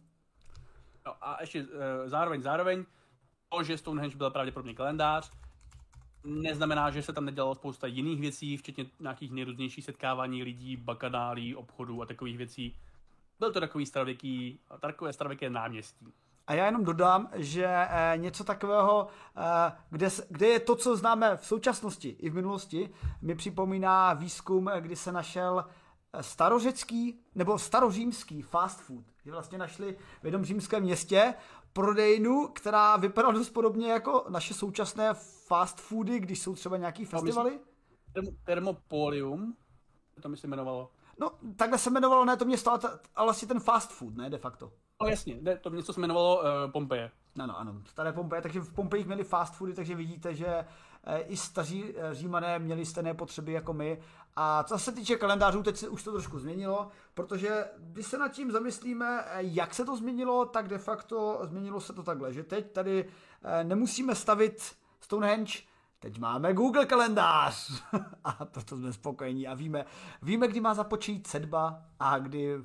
No a ještě e, zároveň, zároveň, to, že Stonehenge byl pravděpodobně kalendář, neznamená, že se tam nedělalo spousta jiných věcí, včetně nějakých nejrůznějších setkávání lidí, bakanálí, obchodů a takových věcí. Byl to takový starověký, takové starověké náměstí. A já jenom dodám, že e, něco takového, e, kde, kde je to, co známe v současnosti i v minulosti, mi připomíná výzkum, kdy se našel starořecký nebo starořímský fast food, kdy vlastně našli v jednom římském městě prodejnu, která vypadala dost podobně jako naše současné fast foody, když jsou třeba nějaký festivaly. Thermopolium, to mi se jmenovalo. No, takhle se jmenovalo, ne to město, ale, ale vlastně ten fast food, ne, de facto. No jasně, ne, to město se jmenovalo uh, Pompeje. Ano, ano, staré Pompeje, takže v Pompejích měli fast foody, takže vidíte, že i staří Římané měli stejné potřeby jako my. A co se týče kalendářů, teď se už to trošku změnilo, protože když se nad tím zamyslíme, jak se to změnilo, tak de facto změnilo se to takhle, že teď tady nemusíme stavit Stonehenge, teď máme Google kalendář a proto jsme spokojení a víme, víme, kdy má započít sedba a kdy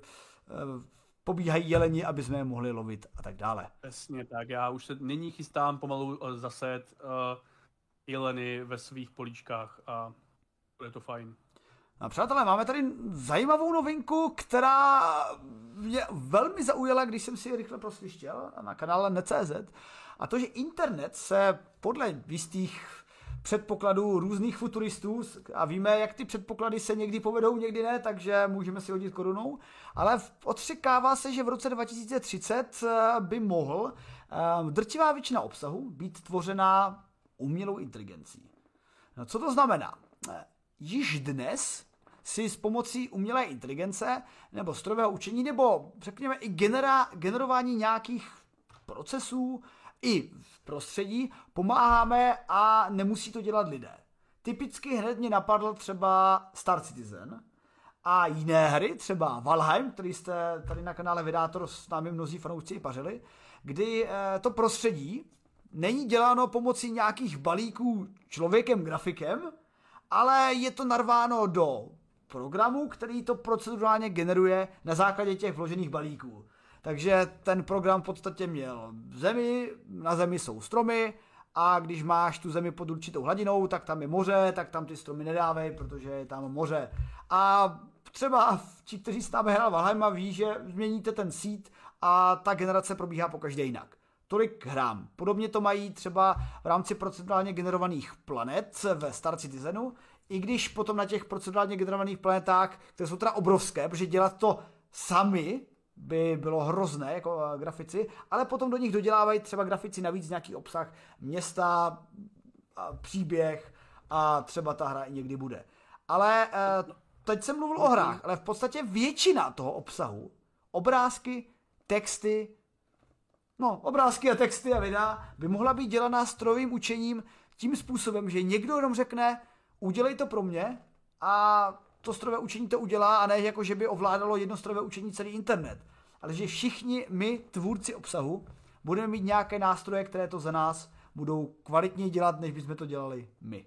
pobíhají jeleni, aby jsme je mohli lovit a tak dále. Přesně tak, já už se nyní chystám pomalu zaset uh, jeleny ve svých políčkách a bude to fajn. A přátelé, máme tady zajímavou novinku, která mě velmi zaujala, když jsem si ji rychle prosvištěl na kanále net tečka cé zet. A to, že internet se podle jistých předpokladů různých futuristů, a víme, jak ty předpoklady se někdy povedou, někdy ne, takže můžeme si hodit korunou, ale odřekává se, že v roce dva tisíce třicet by mohl drtivá většina obsahu být tvořená umělou inteligencí. No co to znamená? Již dnes si s pomocí umělé inteligence nebo strojového učení nebo řekněme i genera, generování nějakých procesů i v prostředí pomáháme a nemusí to dělat lidé. Typicky hned mě napadl třeba Star Citizen a jiné hry, třeba Valheim, který jste tady na kanále Vydátor s námi mnozí fanoušci i pařili, kdy to prostředí není děláno pomocí nějakých balíků člověkem, grafikem, ale je to narváno do programu, který to procedurálně generuje na základě těch vložených balíků. Takže ten program v podstatě měl zemi, na zemi jsou stromy a když máš tu zemi pod určitou hladinou, tak tam je moře, tak tam ty stromy nedávej, protože je tam moře. A třeba ti, kteří s námi hrál Valheima, ví, že změníte ten seed a ta generace probíhá pokaždé jinak. Tolik hrám. Podobně to mají třeba v rámci procedurálně generovaných planet ve Star Citizenu, i když potom na těch procedurálně generovaných planetách, které jsou teda obrovské, protože dělat to sami by bylo hrozné jako grafici, ale potom do nich dodělávají třeba grafici navíc nějaký obsah města, příběh a třeba ta hra i někdy bude. Ale teď jsem mluvil o hrách, ale v podstatě většina toho obsahu, obrázky, texty, no, obrázky a texty a videa by mohla být dělaná strojovým učením tím způsobem, že někdo jenom řekne, udělej to pro mě a to strojové učení to udělá a ne jako, že by ovládalo jedno strojové učení celý internet. Ale že všichni my, tvůrci obsahu, budeme mít nějaké nástroje, které to za nás budou kvalitněji dělat, než bychom to dělali my.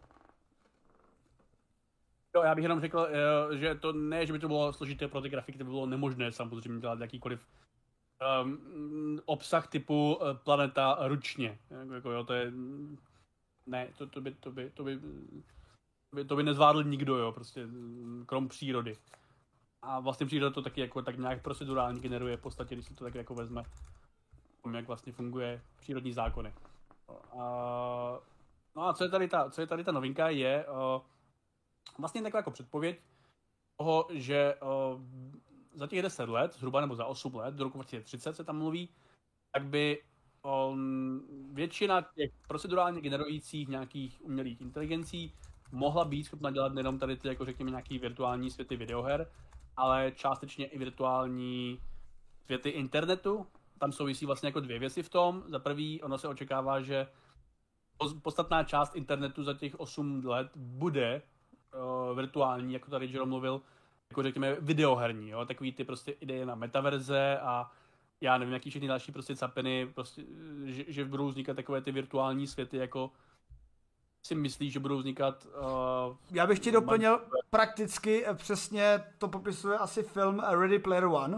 Jo, já bych jenom řekl, že to ne, že by to bylo složité pro ty grafiky, to by bylo nemožné samozřejmě dělat jakýkoliv um, obsah typu planeta ručně. Jako, jo, to je... Ne, to, to, by, to, by, to, by, to, by, to by nezvládl nikdo, jo, prostě krom přírody. A vlastně příroda to taky jako tak nějak procedurálně generuje v podstatě, když se to tak jako vezme. Jak vlastně funguje přírodní zákony. A, no a co je tady ta, co je tady ta novinka je uh, vlastně taková jako předpověď toho, že uh, za těch deset let, zhruba nebo za osm let, do roku dva tisíce třicet se tam mluví, tak by um, většina těch procedurálně generujících nějakých umělých inteligencí mohla být schopna dělat nejenom tady ty, jako řekněme, nějaký virtuální světy videoher, ale částečně i virtuální světy internetu. Tam souvisí vlastně jako dvě věci v tom. Za prvý, ono se očekává, že podstatná část internetu za těch osm let bude uh, virtuální, jako tady Jerome mluvil, jako řekněme videoherní, jo? Takový ty prostě ideje na metaverze a já nevím, jaký všechny další prostě capiny, prostě, že, že budou vznikat takové ty virtuální světy, jako si myslíš, že budou vznikat... Uh, Já bych ti doplnil man... prakticky, přesně to popisuje asi film Ready Player One.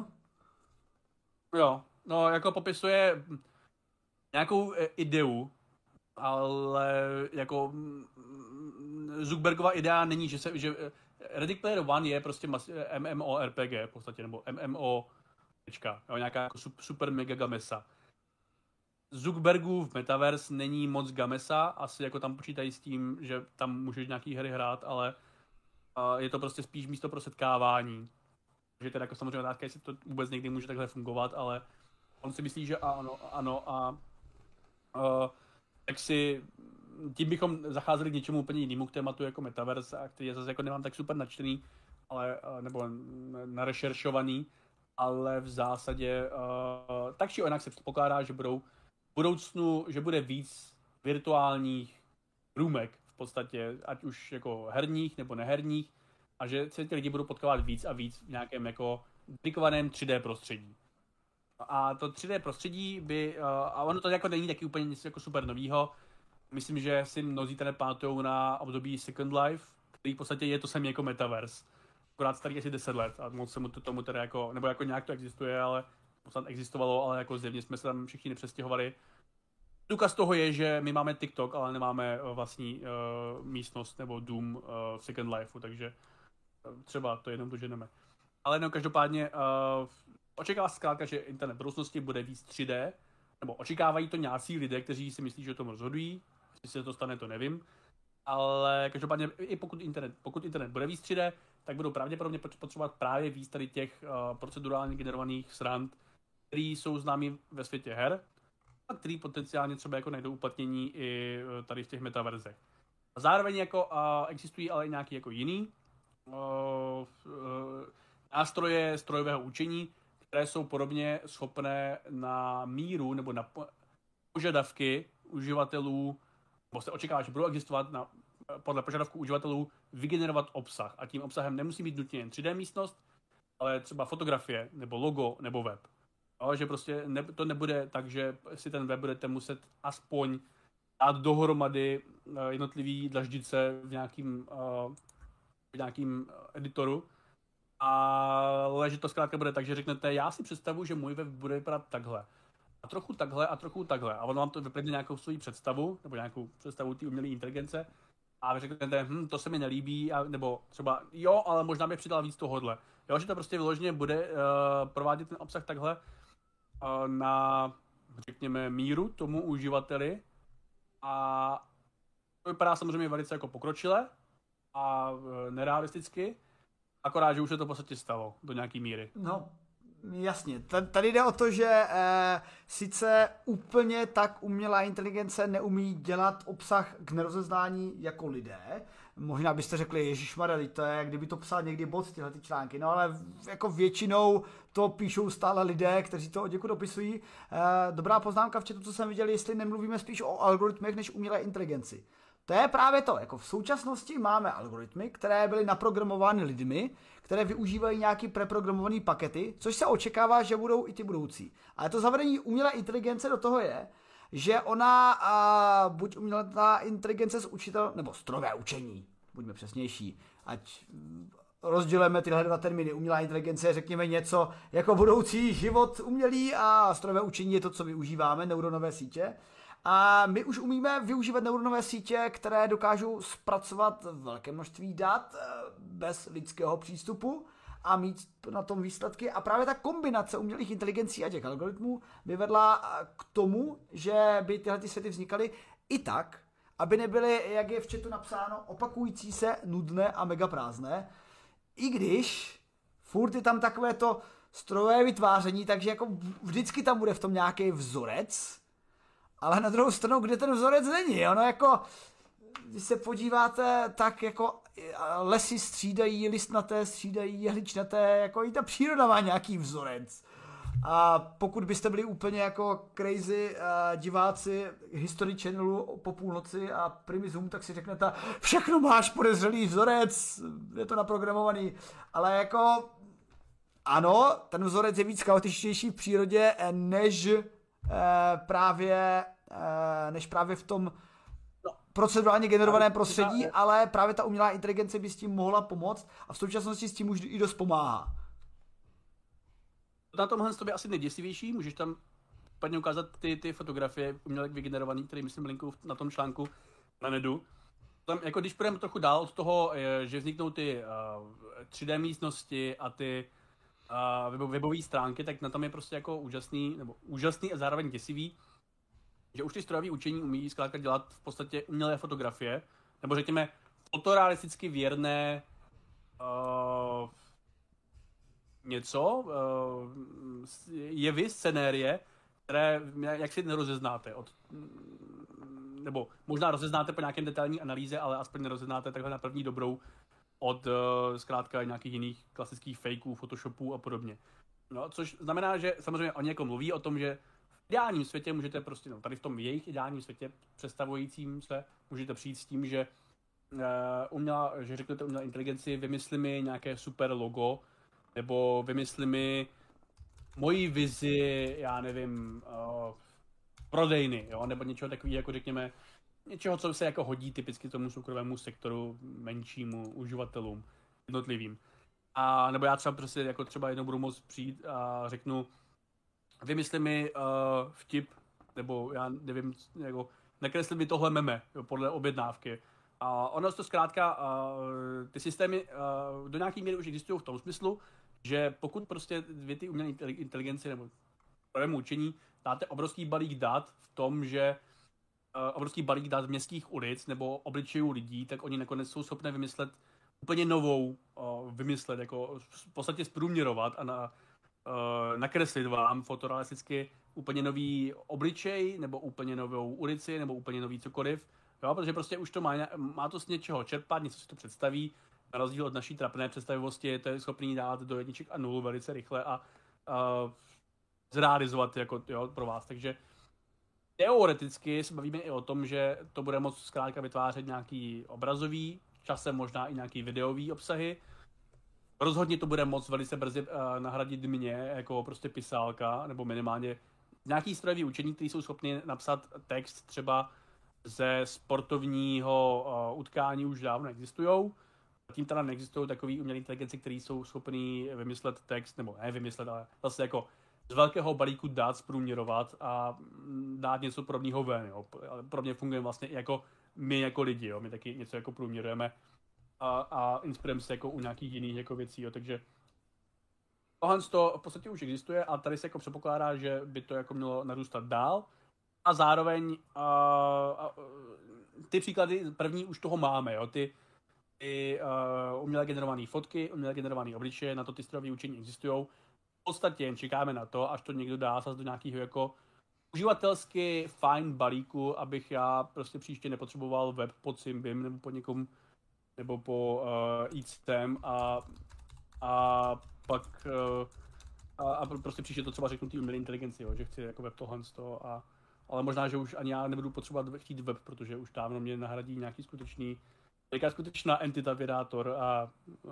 Jo, no jako popisuje nějakou ideu, ale jako Zuckerbergova idea není, že se, že Ready Player One je prostě MMORPG v podstatě, nebo MMO, jo, nějaká jako super mega gamesa. Zuckerbergův Metaverse není moc gamesa, asi jako tam počítají s tím, že tam můžeš nějaký hry hrát, ale uh, je to prostě spíš místo pro setkávání. Takže teda jako samozřejmě otázka, jestli to vůbec někdy může takhle fungovat, ale on si myslí, že ano, ano a uh, tak si tím bychom zacházeli k něčemu úplně jinému, k tématu jako Metaverse, a který zase jako nemám tak super načtený, ale, uh, nebo narešeršovaný, ale v zásadě uh, tak či onak se předpokládá, že budou v budoucnu, že bude víc virtuálních růmek v podstatě, ať už jako herních nebo neherních, a že se ty lidi budou potkávat víc a víc v nějakém jako dedikovaném tři dé prostředí. A to tři dé prostředí by, a ono to jako není taky úplně nic jako super novýho. Myslím, že si mnozí tady pamatujou na období Second Life, který v podstatě je to samé jako Metaverse. Akorát starý asi deset let a moc se mu to tomu teda jako, nebo jako nějak to existuje, ale podstatě existovalo, ale jako zjevně jsme se tam všichni nepřestěhovali. Důkaz toho je, že my máme TikTok, ale nemáme vlastní uh, místnost nebo dům uh, v Second Lifeu, takže třeba to jenom doženeme. Ale no, každopádně uh, očekává se zkrátka, že internet v budoucnosti bude víc tři dé, nebo očekávají to nějací lidé, kteří si myslí, že o tom rozhodují. Jestli se to stane, to nevím. Ale každopádně i pokud internet, pokud internet bude víc tři dé, tak budou pravděpodobně potřebovat právě víc tady těch uh, procedurálně generovaných srand, které jsou známí ve světě her a který potenciálně třeba jako najdou uplatnění i uh, tady v těch metaverzech. A zároveň jako uh, existují ale i nějaký jako jiný uh, uh, nástroje strojového učení, které jsou podobně schopné na míru nebo na požadavky uživatelů, nebo se očekává, že budou existovat na, podle požadavků uživatelů, vygenerovat obsah. A tím obsahem nemusí být nutně jen tři dé místnost, ale třeba fotografie, nebo logo, nebo web. No, že prostě ne, to nebude tak, že si ten web budete muset aspoň dát dohromady jednotlivý dlaždice v nějakým, uh, v nějakým editoru, ale že to zkrátka bude tak, že řeknete, já si představuji, že můj web bude vypadat takhle. A trochu takhle a trochu takhle. A ono vám to vyplně nějakou svou představu, nebo nějakou představu té umělé inteligence. A vy řeknete, hm, to se mi nelíbí, a, nebo třeba jo, ale možná bych přidal víc tohohle. Jo, že to prostě vyloženě bude uh, provádět ten obsah takhle uh, na, řekněme, míru tomu uživateli. A to vypadá samozřejmě velice jako pokročile a uh, nerealisticky. Akorát, že už se to v podstatě stalo do nějaký míry. No, jasně. Tady jde o to, že eh, sice úplně tak umělá inteligence neumí dělat obsah k nerozeznání jako lidé. Možná byste řekli, ježišmarja, to je, kdyby to psal někdy bot, tyhle ty články. No ale jako většinou to píšou stále lidé, kteří to od někud dopisují. Eh, dobrá poznámka v chatu, co jsem viděl, jestli nemluvíme spíš o algoritmech než umělé inteligenci. To je právě to, jako v současnosti máme algoritmy, které byly naprogramovány lidmi, které využívají nějaký preprogramované pakety, což se očekává, že budou i ty budoucí. Ale to zavedení umělé inteligence do toho je, že ona a, buď umělá inteligence z učitel, nebo strojové učení, buďme přesnější, ať rozdělujeme tyhle dva termíny. Umělá inteligence je, řekněme, něco jako budoucí život umělý a strojové učení je to, co využíváme, neuronové sítě. A my už umíme využívat neuronové sítě, které dokážou zpracovat velké množství dat bez lidského přístupu a mít na tom výsledky. A právě ta kombinace umělých inteligencí a těch algoritmů by vedla k tomu, že by tyhle ty světy vznikaly i tak, aby nebyly, jak je v chatu napsáno, opakující se, nudné a mega prázdné. I když furt je tam takové to strojové vytváření, takže jako vždycky tam bude v tom nějaký vzorec, ale na druhou stranu, kde ten vzorec není, ono jako, když se podíváte, tak jako lesy střídají, listnaté střídají, jehličnaté, jako i ta příroda má nějaký vzorec. A pokud byste byli úplně jako crazy uh, diváci History Channelu po půlnoci a Primy Zoom, tak si řeknete, všechno máš podezřelý vzorec, je to naprogramovaný, ale jako ano, ten vzorec je víc chaotičtější v přírodě, než uh, právě uh, než právě v tom procedurálně generovaném prostředí, ale právě ta umělá inteligence by s tím mohla pomoct a v současnosti s tím už i dost pomáhá. Na tomhle to by asi nejděsivější, můžeš tam padně ukázat ty, ty fotografie uměle vygenerovaný, které myslím linku na tom článku na nedu. Tam, jako když půjdeme trochu dál od toho, že vzniknou ty uh, tři dé místnosti a ty uh, webové stránky, tak na tom je prostě jako úžasný, nebo úžasný a zároveň děsivý, že už ty strojové učení umí zkrátka dělat v podstatě umělé fotografie, nebo řekněme fotorealisticky věrné uh, něco, uh, jevy, scenérie, které jak si nerozeznáte, od, nebo možná rozeznáte po nějakém detailní analýze, ale aspoň nerozeznáte takhle na první dobrou od uh, zkrátka nějakých jiných klasických fakeů, photoshopů a podobně. No, což znamená, že samozřejmě oni jako mluví o tom, že v ideálním světě můžete prostě, no tady v tom jejich ideálním světě představujícím se, můžete přijít s tím, že uh, uměla, že řeknete umělé inteligenci, vymysli mi nějaké super logo, nebo vymysli mi moji vizi, já nevím, uh, prodejny, jo, nebo něčeho takového, jako řekněme, něčeho, co se jako hodí typicky tomu soukromému sektoru, menšímu uživatelům, jednotlivým. A nebo já třeba prostě jako třeba jednou budu moct přijít a řeknu, vymysli mi uh, vtip, nebo já nevím, jako nakresli mi tohle meme, jo, podle objednávky. A ono to zkrátka, uh, ty systémy uh, do nějaké míry už existují v tom smyslu, že pokud prostě dvě ty umělé inteligenci nebo provému učení dáte obrovský balík dat v tom, že uh, obrovský balík dat městských ulic nebo obličejů lidí, tak oni nakonec jsou schopné vymyslet úplně novou, uh, vymyslet, jako v podstatě zprůměrovat a na, uh, nakreslit vám fotorealisticky úplně nový obličej, nebo úplně novou ulici, nebo úplně nový cokoliv. Jo, protože prostě už to má, má to z něčeho čerpat, něco si to představí. Na rozdíl od naší trapné představivosti, to je schopný dát do jedniček a nul velice rychle a uh, zrealizovat jako, jo, pro vás. Takže teoreticky se bavíme i o tom, že to bude moct zkrátka vytvářet nějaký obrazový, časem možná i nějaký videový obsahy. Rozhodně to bude moct velice brzy uh, nahradit mě jako prostě pisálka, nebo minimálně nějaký strojový učení, který jsou schopni napsat text třeba ze sportovního uh, utkání už dávno existujou. Tím teda neexistují takový umělé inteligence, které jsou schopný vymyslet text, nebo ne vymyslet, ale zase jako z velkého balíku dát zprůměrovat a dát něco podobného ven. Jo. Pro mě funguje vlastně i jako my jako lidi, jo. My taky něco jako průměrujeme a, a inspirujeme se jako u nějakých jiných jako věcí. Jo. Takže tohle to v podstatě už existuje a tady se jako předpokládá, že by to jako mělo narůstat dál. A zároveň a, a, ty příklady první už toho máme, jo. Ty, ty uh, uměle generované fotky, uměle generované obličeje, na to ty strojové učení existují. V podstatě jen čekáme na to, až to někdo dá zase do nějakého jako uživatelsky fajn balíku, abych já prostě příště nepotřeboval web pod Symbim nebo po někom, nebo po uh, eCtem a, a pak uh, a, a prostě příště to třeba řeknu té umělé inteligenci, jo, že chci jako web tohle z toho a ale možná, že už ani já nebudu potřebovat chtít web, protože už dávno mě nahradí nějaký skutečný, nějaká skutečná entita vědátor a uh,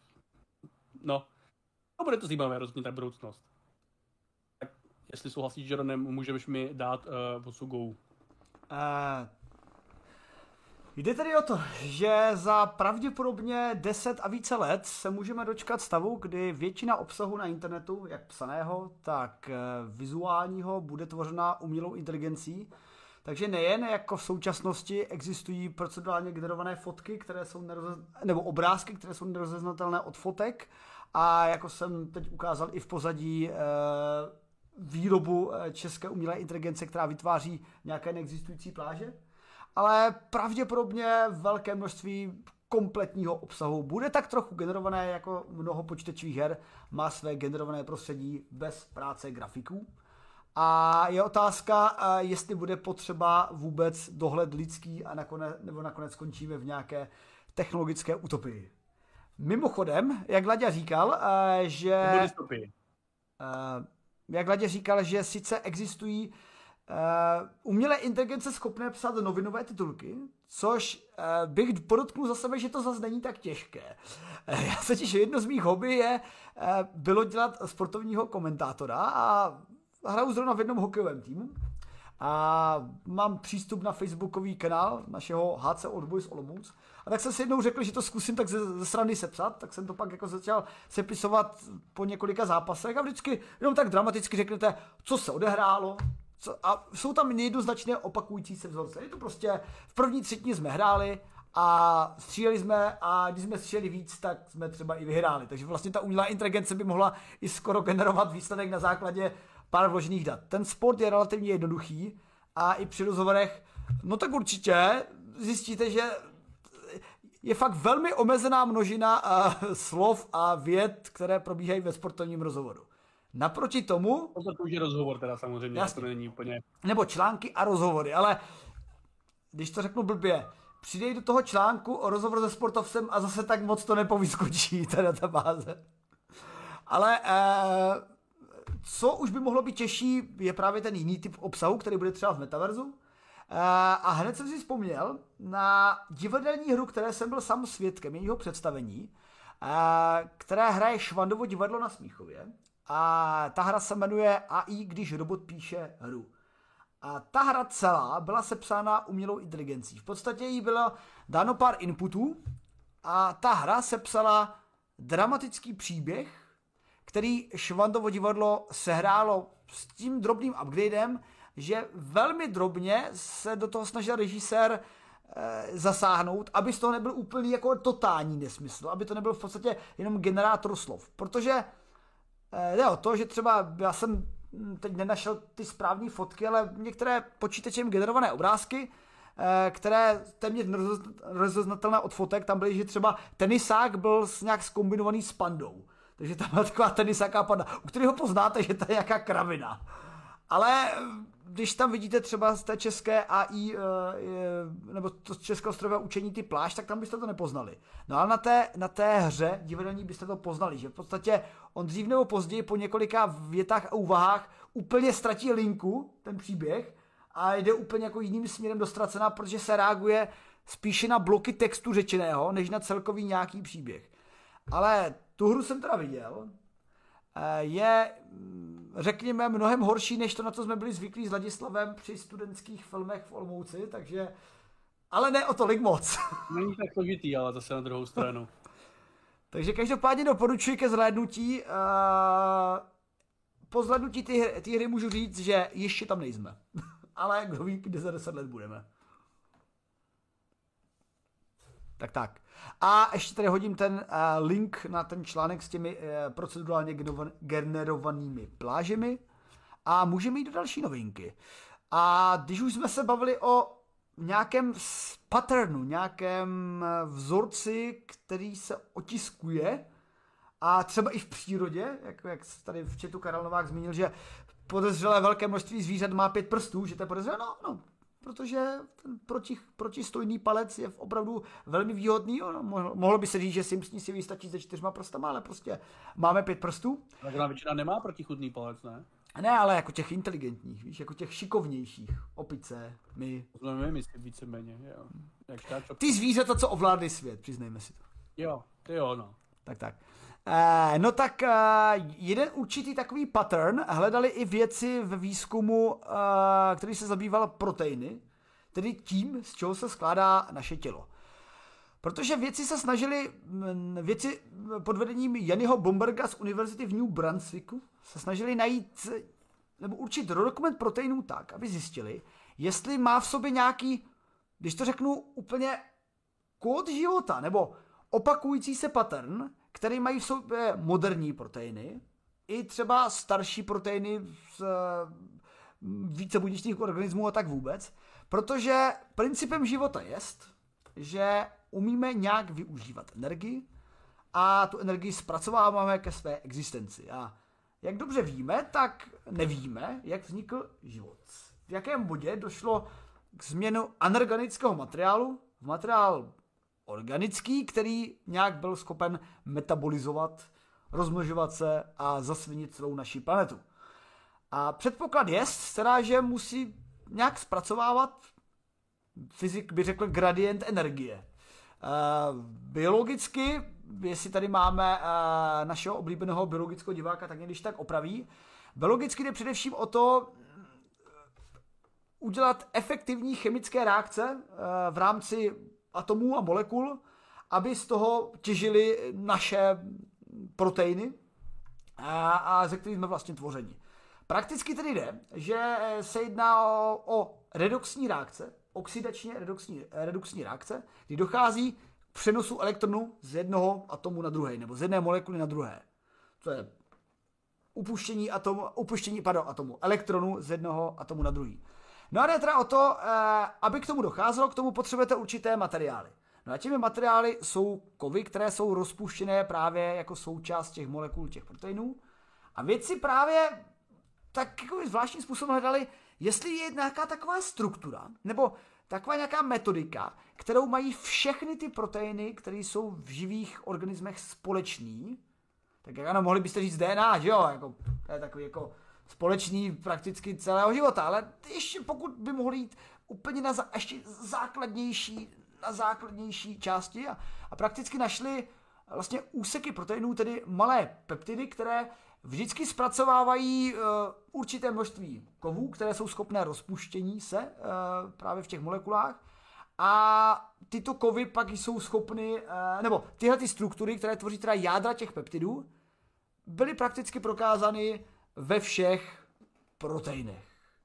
no, a bude to zajímavé rozhodně ta budoucnost. Tak jestli souhlasíš, Jeronem, můžeš mi dát uh, posugou. Uh, Jde tedy o to, že za pravděpodobně deset a více let se můžeme dočkat stavu, kdy většina obsahu na internetu, jak psaného, tak vizuálního, bude tvořena umělou inteligencí. Takže nejen jako v současnosti existují procedurálně generované fotky, které jsou nerozezn... nebo obrázky, které jsou nerozeznatelné od fotek, a jako jsem teď ukázal i v pozadí e, výrobu české umělé inteligence, která vytváří nějaké neexistující pláže, ale pravděpodobně velké množství kompletního obsahu bude tak trochu generované jako mnoho počítačových her, má své generované prostředí bez práce grafiků. A je otázka, jestli bude potřeba vůbec dohled lidský a nakonec, nebo nakonec skončíme v nějaké technologické utopii. Mimochodem, jak Laďa říkal, že... Jak Laďa říkal, že sice existují umělé inteligence schopné psát novinové titulky, což bych podotknul za sebe, že to zase není tak těžké. Já se těž jedno z mých hobby je, bylo dělat sportovního komentátora a hraju zrovna v jednom hokejovém týmu a mám přístup na facebookový kanál našeho H C Old Boys Olomouc. A tak jsem si jednou řekl, že to zkusím tak ze, ze strany sepsat, tak jsem to pak jako začal sepisovat po několika zápasech a vždycky jenom tak dramaticky řeknete, co se odehrálo. Co, a jsou tam nejednoznačné opakující se vzorce. Je to prostě, v první třetině jsme hráli a stříleli jsme a když jsme stříleli víc, tak jsme třeba i vyhráli. Takže vlastně ta umělá inteligence by mohla i skoro generovat výsledek na základě pár vložených dat. Ten sport je relativně jednoduchý a i při rozhovorech, no tak určitě zjistíte, že je fakt velmi omezená množina uh, slov a vět, které probíhají ve sportovním rozhovoru. Naproti tomu... To už je rozhovor teda samozřejmě, jasně, to není úplně... Nebo články a rozhovory, ale když to řeknu blbě, přidej do toho článku o rozhovor se sportovcem a zase tak moc to nepovyskočí, ta databáze. Ale uh, co už by mohlo být těžší, je právě ten jiný typ obsahu, který bude třeba v metaverzu. Uh, a hned jsem si vzpomněl na divadelní hru, které jsem byl sám svědkem jejího představení, uh, které hraje Švandovo divadlo na Smíchově. A ta hra se jmenuje A I, když robot píše hru. A ta hra celá byla sepsána umělou inteligencí. V podstatě jí bylo dáno pár inputů a ta hra sepsala dramatický příběh, který Švandovo divadlo sehrálo s tím drobným upgradem, že velmi drobně se do toho snažil režisér e, zasáhnout, aby z toho nebyl úplný jako totální nesmysl, aby to nebyl v podstatě jenom generátor slov. Protože jde o to, že třeba já jsem teď nenašel ty správné fotky, ale některé počítačem generované obrázky, které téměř nerozeznatelné od fotek, tam byly, že třeba tenisák byl nějak zkombinovaný s pandou. Takže tam byla taková tenisáká panda, u kterého poznáte, že to je nějaká kravina. Ale když tam vidíte třeba z té české A I, nebo to českého strojového učení ty plášť, tak tam byste to nepoznali. No ale na té, na té hře divadelní byste to poznali, že v podstatě on dřív nebo později po několika větách a úvahách úplně ztratí linku, ten příběh, a jde úplně jako jiným směrem dostracená, protože se reaguje spíše na bloky textu řečeného, než na celkový nějaký příběh. Ale tu hru jsem teda viděl, je, řekněme, mnohem horší, než to, na co jsme byli zvyklí s Ladislavem při studentských filmech v Olomouci, takže, ale ne o tolik moc. Není tak složitý, ale zase na druhou stranu. Takže každopádně doporučuji ke zhlédnutí. Po zhlédnutí ty hry, ty hry můžu říct, že ještě tam nejsme. Ale kdo ví, kde za deset let budeme. Tak tak. A ještě tady hodím ten uh, link na ten článek s těmi uh, procedurálně generovanými plážemi a můžeme jít do další novinky. A když už jsme se bavili o nějakém patternu, nějakém vzorci, který se otiskuje a třeba i v přírodě, jak, jak tady v chatu Karel Novák zmínil, že podezřelé velké množství zvířat má pět prstů, že to je podezřelé, no, no, protože ten proti, protistojný palec je opravdu velmi výhodný. No, mohlo by se říct, že Simpsoni si vystačí se čtyřma prstama, ale prostě máme pět prstů. Tak ona většina nemá protichůdný palec, ne? Ne, ale jako těch inteligentních, víš, jako těch šikovnějších. Opice, my. No my, my víceméně, jo. Jak štáčo... Ty zvířata, co ovládli svět, přiznejme si to. Jo, ty jo, no. Tak, tak. Uh, no tak uh, jeden určitý takový pattern hledali i vědci ve výzkumu, uh, který se zabýval proteiny, tedy tím, z čeho se skládá naše tělo. Protože vědci se snažili, vědci pod vedením Janyho Blomberga z Univerzity v New Brunswicku se snažili najít nebo určit dokument proteinů tak, aby zjistili, jestli má v sobě nějaký, když to řeknu úplně kód života, nebo opakující se pattern, který mají v sobě moderní proteiny, i třeba starší proteiny z více buněčných organismů a tak vůbec, protože principem života je, že umíme nějak využívat energii a tu energii zpracováváme ke své existenci. A jak dobře víme, tak nevíme, jak vznikl život. V jakém bodě došlo k změnu anorganického materiálu v materiál organický, který nějak byl schopen metabolizovat, rozmnožovat se a zasvinit celou naši planetu. A předpoklad je, teda, že musí nějak zpracovávat, fyzik by řekl, gradient energie. Uh, biologicky, jestli tady máme uh, našeho oblíbeného biologického diváka, tak mě když tak opraví. Biologicky jde především o to udělat efektivní chemické reakce uh, v rámci atomů a molekul, aby z toho těžili naše proteiny, a, a ze kterých jsme vlastně tvořeni. Prakticky tedy jde, že se jedná o, o redoxní reakce, oxidačně redoxní, reduxní reakce, kdy dochází k přenosu elektronů z jednoho atomu na druhý, nebo z jedné molekuly na druhé. To je upuštění atomu, upuštění, pardon, atomu, elektronů z jednoho atomu na druhý. No a jde teda o to, aby k tomu docházelo, k tomu potřebujete určité materiály. No a těmi materiály jsou kovy, které jsou rozpuštěné právě jako součást těch molekul, těch proteinů. A vědci právě tak jako zvláštním způsobem hledali, jestli je nějaká taková struktura, nebo taková nějaká metodika, kterou mají všechny ty proteiny, které jsou v živých organismech společný. Tak jak ano, mohli byste říct D N A, že jo, jako, to je takový jako společný prakticky celého života, ale ještě pokud by mohli jít úplně na za, ještě základnější, na základnější části a, a prakticky našli vlastně úseky proteinů, tedy malé peptidy, které vždycky zpracovávají uh, určité množství kovů, které jsou schopné rozpuštění se uh, právě v těch molekulách a tyto kovy pak jsou schopny, uh, nebo tyhle ty struktury, které tvoří teda jádra těch peptidů, byly prakticky prokázány ve všech proteinech.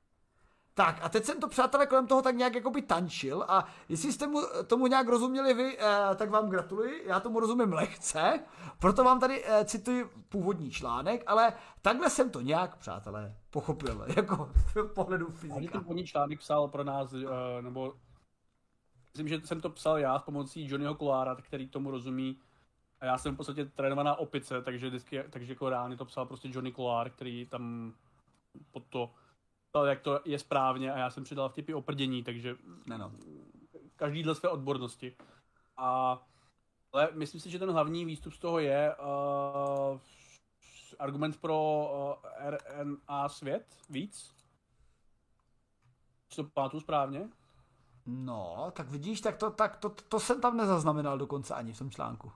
Tak a teď jsem to, přátelé, kolem toho tak nějak jakoby tančil a jestli jste mu, tomu nějak rozuměli vy, eh, tak vám gratuluji, já tomu rozumím lehce, proto vám tady eh, cituji původní článek, ale takhle jsem to nějak, přátelé, pochopil, jako z pohledu fyzika. Ani ten původní článek psal pro nás, eh, nebo myslím, že jsem to psal já s pomocí Johnnyho Kolára, který tomu rozumí. A já jsem v podstatě trénovaná opice, takže vždycky, takže jako reálně to psal prostě Johnny Kolár, který tam pod to psal, jak to je správně a já jsem přidal vtipy o prdění, takže ne, no. Každý dle své odbornosti. A ale myslím si, že ten hlavní výstup z toho je uh, argument pro uh, R N A svět víc. Co to pamatuju správně? No, tak vidíš, tak to, tak to, to jsem tam nezaznamenal dokonce ani v tom článku.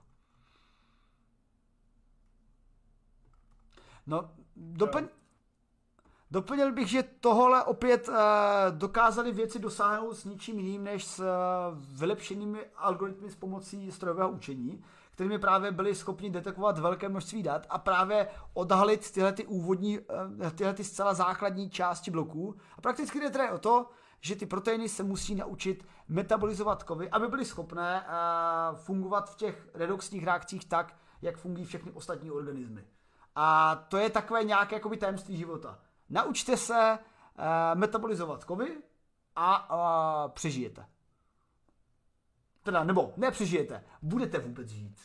No, doplň, doplnil bych, že tohle opět uh, dokázali věci dosáhnout s ničím jiným než s uh, vylepšenými algoritmy s pomocí strojového učení, kterými právě byli schopni detekovat velké množství dat a právě odhalit tyhle ty úvodní, uh, tyhle ty zcela základní části bloků. A prakticky jde tedy o to, že ty proteiny se musí naučit metabolizovat kovy, aby byly schopné uh, fungovat v těch redoxních reakcích tak, jak fungují všechny ostatní organismy. A to je takové nějaké jakoby tajemství života. Naučte se uh, metabolizovat kovy a uh, přežijete. Teda, nebo nepřežijete, budete vůbec žít.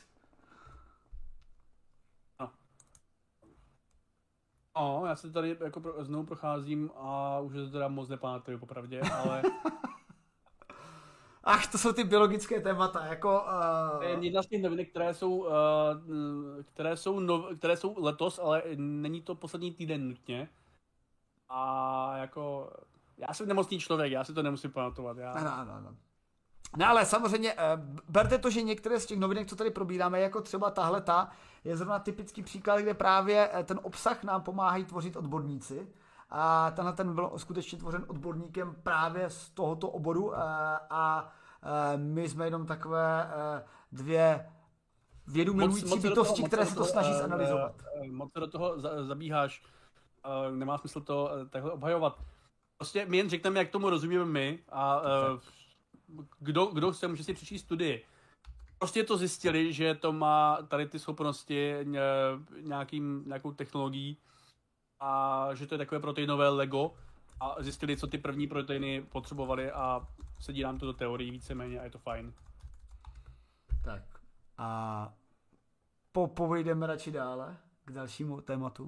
No. No, já se tady jako pro, znovu procházím a už to teda moc nepamatuju popravdě, ale... Ach, to jsou ty biologické témata, jako... Uh... Jedna z těch novinek, které jsou, uh, které, jsou nov, které jsou letos, ale není to poslední týden nutně. A jako... Já jsem nemocný člověk, já si to nemusím pamatovat. Já... No, no, no. No ale samozřejmě, berte to, že některé z těch novinek, co tady probíráme, jako třeba tahleta, je zrovna typický příklad, kde právě ten obsah nám pomáhají tvořit odborníci. a tenhle ten byl skutečně tvořen odborníkem právě z tohoto oboru a, a my jsme jenom takové dvě vědu milující bytosti, které se to snaží zanalyzovat. Moc se do toho zabíháš, nemá smysl to takhle obhajovat. Prostě my jen řekneme, jak tomu rozumíme my a kdo, kdo chce, může si přečíst studii. Prostě to zjistili, že to má tady ty schopnosti nějakým, nějakou technologií a že to je takové proteinové Lego a zjistili, co ty první proteiny potřebovaly a sedí nám to do teorii víceméně a je to fajn. Tak a po, povejdeme radši dále k dalšímu tématu.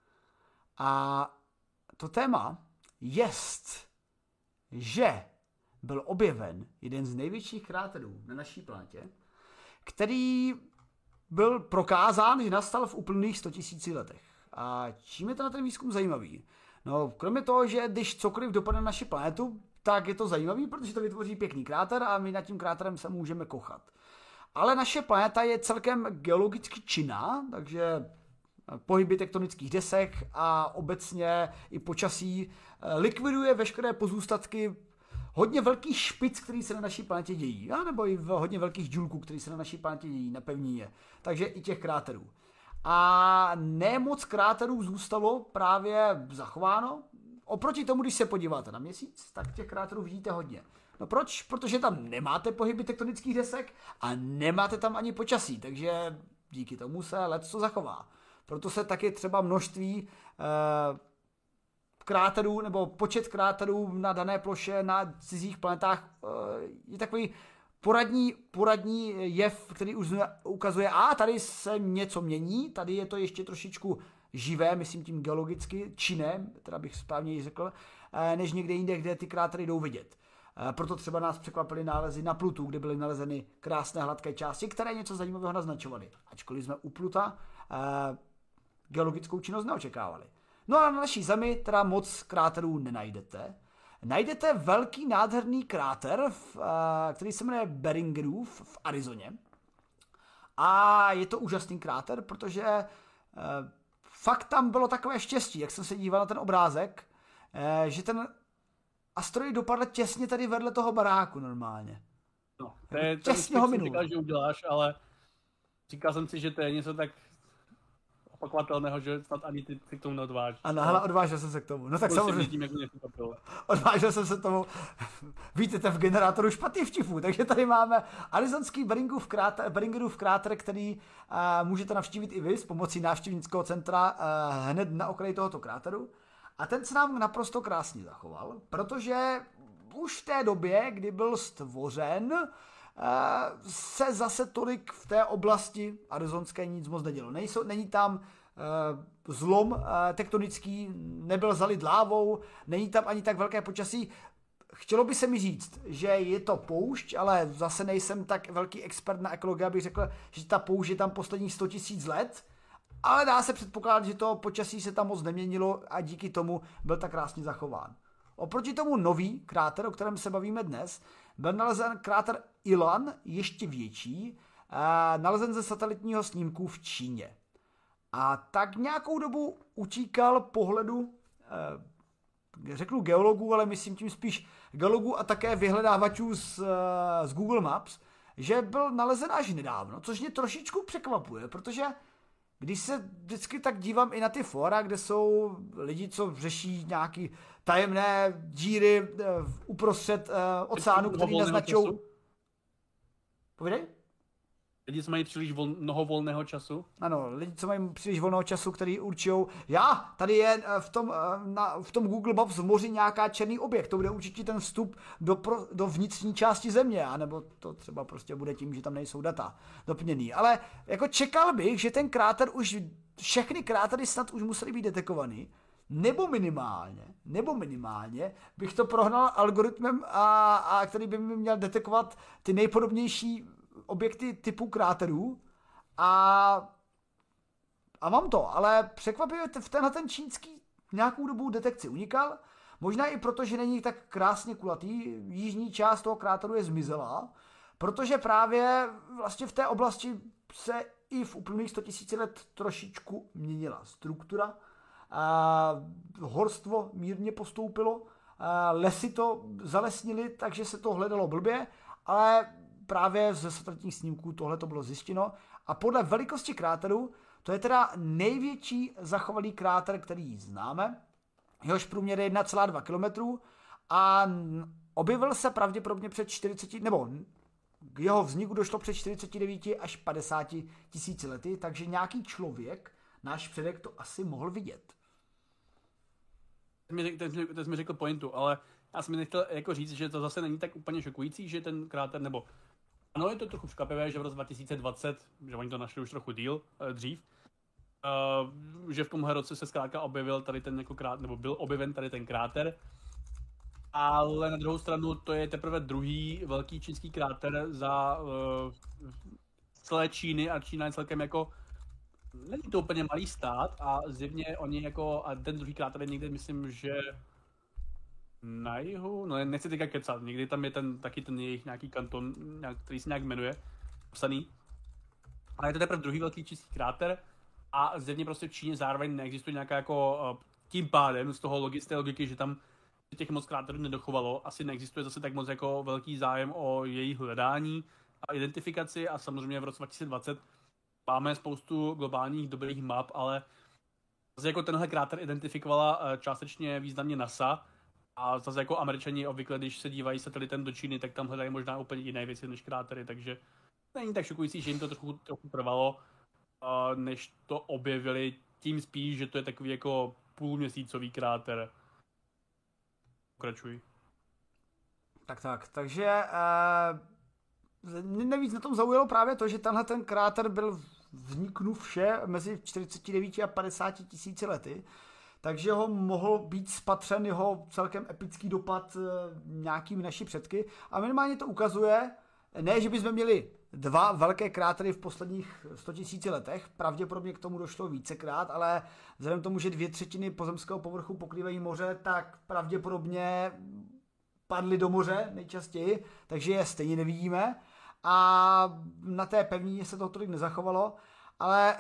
A to téma jest, že byl objeven jeden z největších kráterů na naší planetě, který byl prokázán, že nastal v uplynulých sto tisíc letech. A čím je to na ten výzkum zajímavý? No, kromě toho, že když cokoliv dopadne na naši planetu, tak je to zajímavý, protože to vytvoří pěkný kráter a my nad tím kráterem se můžeme kochat. Ale naše planeta je celkem geologicky činná, takže pohyby tektonických desek a obecně i počasí likviduje veškeré pozůstatky hodně velkých špic, který se na naší planetě dějí, a nebo i hodně velkých džulků, který se na naší planetě dějí na pevnině, takže i těch kráterů. A ne moc kráterů zůstalo právě zachováno. Oproti tomu, když se podíváte na Měsíc, tak těch kráterů vidíte hodně. No proč? Protože tam nemáte pohyby tektonických desek a nemáte tam ani počasí, takže díky tomu se lecco zachová. Proto se taky třeba množství eh, kráterů nebo počet kráterů na dané ploše na cizích planetách eh, je takový poradní, poradní jev, který už ukazuje, a tady se něco mění, tady je to ještě trošičku živé, myslím tím geologicky, činné, teda bych správně řekl, než někde jinde, kde ty krátery jdou vidět. Proto třeba nás překvapily nálezy na Plutu, kde byly nalezeny krásné hladké části, které něco zajímavého naznačovaly. Ačkoliv jsme u Pluta eh, geologickou činnost neočekávali. No a na naší Zemi teda moc kráterů nenajdete. Najdete velký nádherný kráter, v, eh, který se jmenuje Beringerův v Arizoně. A je to úžasný kráter, protože eh, fakt tam bylo takové štěstí, jak jsem se díval na ten obrázek, eh, že ten asteroid dopadl těsně tady vedle toho baráku normálně. No, to je těsně ho minul. Říkal, že uděláš, ale říkal jsem si, že to je něco tak opakovatelného, že snad ani ty si k tomu neodvážíš. Ano, hele, odvážil jsem se k tomu. No tak samozřejmě. Tím, jak mě odvážil jsem se tomu. Vítejte v generátoru špatných vtipů. Takže tady máme arizonský Beringerův kráter, Beringerův kráter, který uh, můžete navštívit i vy s pomocí návštěvnického centra uh, hned na okraji tohoto kráteru. A ten se nám naprosto krásně zachoval, protože už v té době, kdy byl stvořen, se zase tolik v té oblasti arizonské nic moc nedělo. Nejsou, není tam zlom tektonický, nebyl zalit lávou, není tam ani tak velké počasí. Chtělo by se mi říct, že je to poušť, ale zase nejsem tak velký expert na ekologii, abych řekl, že ta poušť je tam posledních sto tisíc let, ale dá se předpokládat, že to počasí se tam moc neměnilo a díky tomu byl tak krásně zachován. Oproti tomu nový kráter, o kterém se bavíme dnes, byl nalezen kráter Ilan, ještě větší, nalezen ze satelitního snímku v Číně. A tak nějakou dobu utíkal pohledu, řeknu geologů, ale myslím tím spíš geologů a také vyhledávačů z, z Google Maps, že byl nalezen až nedávno, což mě trošičku překvapuje, protože když se vždycky tak dívám i na ty fora, kde jsou lidi, co řeší nějaký tajemné díry uprostřed uh, oceánu, který naznačují. Povídej? Lidi, co mají příliš vol, mnoho volného času? Ano, lidi, co mají příliš volného času, který určují, já, tady je v tom, na, v tom Google Maps v moři nějaká černý objekt, to bude určitě ten vstup do, pro, do vnitřní části země, anebo to třeba prostě bude tím, že tam nejsou data doplněný. Ale jako čekal bych, že ten kráter už, všechny krátery snad už musely být detekovaný, nebo minimálně, nebo minimálně bych to prohnal algoritmem, a, a který by mi měl detekovat ty nejpodobnější objekty typu kráterů a, a mám to, ale překvapivě v tenhle ten čínský nějakou dobu detekci unikal, možná i proto, že není tak krásně kulatý, jižní část toho kráteru je zmizelá, protože právě vlastně v té oblasti se i v uplynulých sto tisíc let trošičku měnila struktura horstvo mírně postoupilo, lesy to zalesnili, takže se to hledalo blbě, ale právě ze satelitních snímků tohle to bylo zjištěno a podle velikosti kráteru to je teda největší zachovalý kráter, který známe. Jehož průměr je jedna celá dva kilometru a objevil se pravděpodobně před čtyřiceti, nebo k jeho vzniku došlo před čtyřiceti devíti až padesáti tisíci lety, takže nějaký člověk, náš předek, to asi mohl vidět. Ten jsi mi řekl pointu, ale já jsem mi nechtěl jako říct, že to zase není tak úplně šokující, že ten kráter, nebo ano, je to trochu překvapivé, že v roce dva tisíce dvacet, že oni to našli už trochu díl, dřív, Uh, že v tomhle roce se zkrátka objevil tady ten jako kráter, nebo byl objeven tady ten kráter, ale na druhou stranu to je teprve druhý velký čínský kráter za uh, celé Číny a Čína je celkem jako, není to úplně malý stát a zjevně oni jako, a ten druhý kráter je někde, myslím, že na jihu, no nechci teďka kecat, někdy tam je ten, taky ten jejich nějaký kanton, který se nějak jmenuje, psaný, ale je to teprve druhý velký čínský kráter. A zjevně prostě v Číně zároveň neexistuje nějaká jako, tím pádem z toho logi, z té logiky, že tam těch moc kráterů nedochovalo, asi neexistuje zase tak moc jako velký zájem o jejich hledání a identifikaci a samozřejmě v roce dva tisíce dvacet máme spoustu globálních dobrých map, ale zase jako tenhle kráter identifikovala částečně významně NASA a zase jako Američani obvykle, když se dívají satelitem do Číny, tak tam hledají možná úplně jiné věci než krátery, takže není tak šokující, že jim to trochu, trochu trvalo, než to objevili, tím spíš, že to je takový jako půlměsícový kráter. Pokračuj. Tak tak, takže uh, nejvíc na tom zaujalo právě to, že tenhle ten kráter byl vzniknuvše mezi čtyřiceti devíti a padesáti tisíci lety, takže ho mohl být spatřen jeho celkem epický dopad uh, nějakými naši předky a minimálně to ukazuje, ne, že bychom měli dva velké krátery v posledních sto tisíci letech, pravděpodobně k tomu došlo vícekrát, ale vzhledem k tomu, že dvě třetiny pozemského povrchu pokrývají moře, tak pravděpodobně padly do moře nejčastěji, takže je stejně nevidíme a na té pevnině se to tolik nezachovalo, ale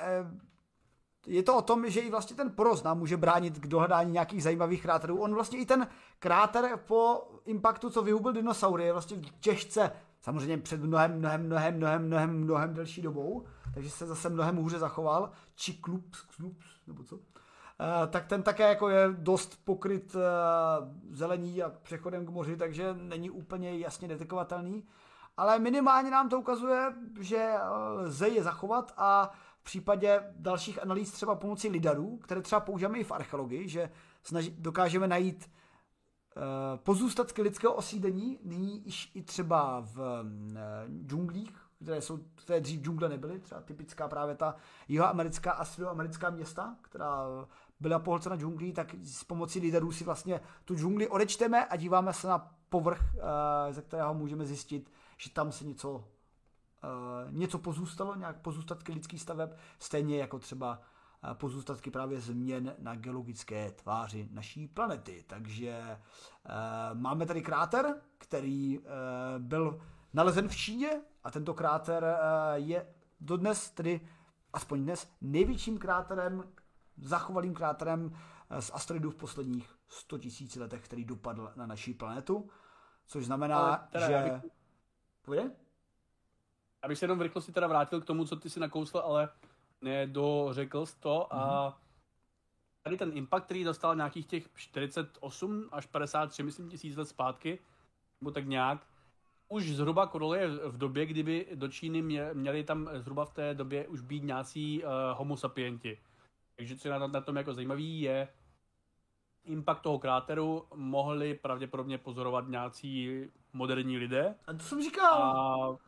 je to o tom, že i vlastně ten porost nám může bránit k dohledání nějakých zajímavých kráterů. On vlastně i ten kráter po impaktu, co vyhubil dinosaury, je vlastně těžce, samozřejmě před mnohem, mnohem, mnohem, mnohem, mnohem, mnohem delší dobou, takže se zase mnohem hůře zachoval. Čiklups, klups, nebo co? Uh, tak ten také jako je dost pokryt uh, zelení a přechodem k moři, takže není úplně jasně detekovatelný. Ale minimálně nám to ukazuje, že lze je zachovat a v případě dalších analýz třeba pomocí lidarů, které třeba používáme i v archeologii, že snaží, dokážeme najít uh, pozůstatky lidského osídlení, nyní již i třeba v uh, džunglích, které, jsou, které dřív džungle nebyly, třeba typická právě ta jihoamerická a středoamerická města, která byla pohlcena džunglí, tak s pomocí lidarů si vlastně tu džungli odečteme a díváme se na povrch, uh, ze kterého můžeme zjistit, že tam se něco, uh, něco pozůstalo, nějak pozůstatky lidských staveb, stejně jako třeba uh, pozůstatky právě změn na geologické tváři naší planety. Takže uh, máme tady kráter, který uh, byl nalezen v Číně a tento kráter uh, je dodnes, tedy aspoň dnes, největším kráterem, zachovalým kráterem z asteroidů v posledních sto tisíc letech, který dopadl na naší planetu, což znamená, že... Já bych... Půjde? Abych se jenom v rychlosti teda vrátil k tomu, co ty si nakousl, ale nedořekl jsi to mm-hmm. a tady ten impact, který dostal nějakých těch čtyřicet osm až padesát tři, myslím, tisíc let zpátky, nebo tak nějak, už zhruba koroluje v době, kdyby do Číny mě, měli tam zhruba v té době už být nějací uh, homo sapienti. Takže co je na, na tom jako zajímavý je, impact toho kráteru mohli pravděpodobně pozorovat nějací moderní lidé. A to jsem říkal. A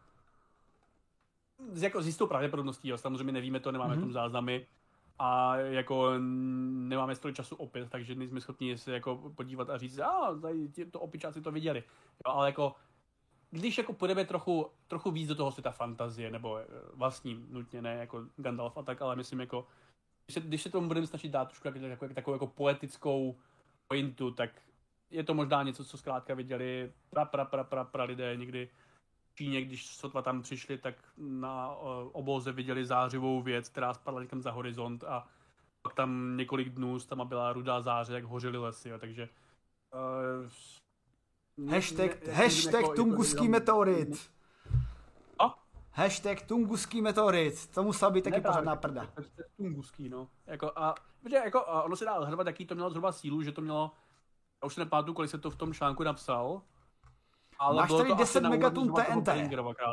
z, jako, s jistou pravděpodobností, jo, samozřejmě nevíme to, nemáme mm-hmm. tom záznamy a jako nemáme tolik času opět, takže nejsme schopni se jako podívat a říct, a tady to opičáci to viděli. Jo, ale jako když jako půjdeme trochu, trochu víc do toho světa fantazie, nebo vlastní nutně, ne jako Gandalf a tak, ale myslím jako Když se, když se tomu budeme snažit dát trošku jako, jako, takovou jako poetickou pointu, tak je to možná něco, co zkrátka viděli pra, pra, pra, pra, pra lidé někdy v Číně, když sotva tam přišli, tak na uh, obloze viděli zářivou věc, která spadla někam za horizont a pak tam několik dnů tam byla rudá záře, jak hořily lesy, jo, takže... Uh, hashtag ne, hashtag jako, Tunguský jako, meteorit. A? Hashtag Tunguský meteorit. To musela být taky pořádná prda. Tunguský, no. Jako, a, protože jako, a ono se dá odhadovat, jaký to mělo zhruba sílu, že to mělo... Já už se nepamatuju, kolik se to v tom článku napsal. Ale máš tady deset megatun T N T.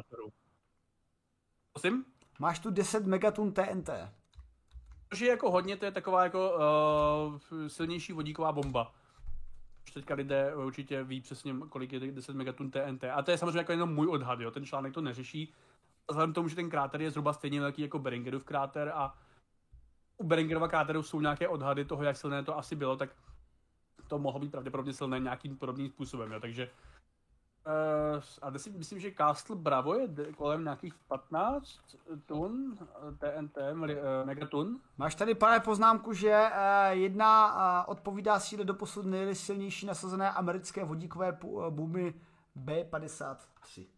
Prosím? Máš tu deset megatun T N T. Což je jako hodně, to je taková jako uh, silnější vodíková bomba. Už teďka lidé určitě ví přesně, kolik je deset megatun T N T. A to je samozřejmě jako jenom můj odhad, jo. Ten článek to neřeší. Vzhledem k tomu, že ten kráter je zhruba stejně velký jako Beringerův kráter a u Beringerova kráteru jsou nějaké odhady toho, jak silné to asi bylo, tak to mohlo být pravděpodobně silné nějakým podobným způsobem, jo. Takže Uh, a si myslím, že Castle Bravo je kolem nějakých patnáct tun T N T, uh, megatun. Máš tady právě poznámku, že uh, jedna uh, odpovídá síle doposud nejsilnější nasazené americké vodíkové bomby B padesát tři.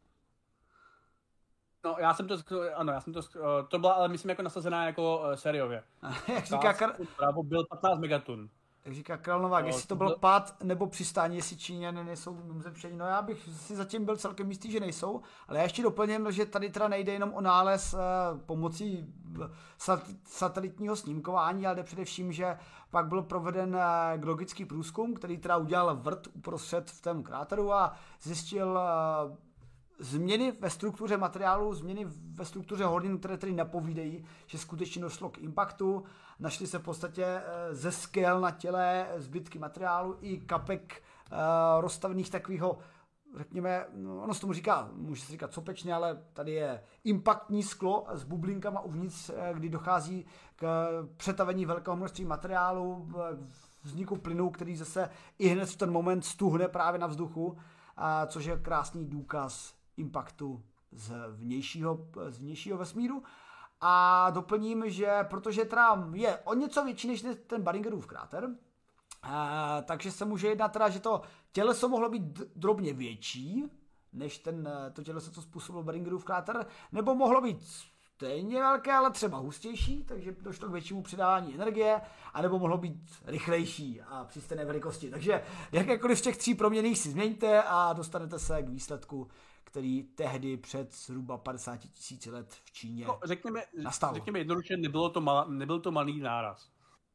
No, já jsem to, ano, já jsem to, to byla, ale myslím jako nasazená jako uh, sériově. Jak říká Kar... Bravo byl patnáct megatun. Jak říká Kralnovák, no, jestli to byl pád nebo přistání, jestli Číňané nejsou mimozemštění. No já bych si zatím byl celkem jistý, že nejsou, ale já ještě doplním, že tady teda nejde jenom o nález eh, pomocí sat- satelitního snímkování, ale jde především, že pak byl proveden eh, geologický průzkum, který teda udělal vrt uprostřed v tom kráteru a zjistil eh, změny ve struktuře materiálu, změny ve struktuře hornin, které tedy napovídají, že skutečně došlo k impaktu. Našli se v podstatě ze skel na těle zbytky materiálu i kapek uh, rozstavených takového, řekněme, no, ono se tomu říká, může se říkat sopečně, ale tady je impaktní sklo s bublinkama uvnitř, kdy dochází k přetavení velkého množství materiálu, vzniku plynu, který zase i hned v ten moment stuhne právě na vzduchu, a což je krásný důkaz impaktu z vnějšího, z vnějšího vesmíru. A doplním, že protože teda je o něco větší než ten Beringerův kráter, a, takže se může jednat teda, že to těleso mohlo být drobně větší než ten, to těleso, co způsobilo Beringerův kráter, nebo mohlo být stejně velké, ale třeba hustější, takže došlo k většímu přidávání energie, anebo mohlo být rychlejší a při stejné velikosti. Takže jakékoliv z těch tří proměnných si změňte a dostanete se k výsledku, který tehdy před zhruba padesáti tisíci let v Číně no, řekněme, nastal. Řekněme jednoduše, nebylo to mal, nebyl to malý náraz.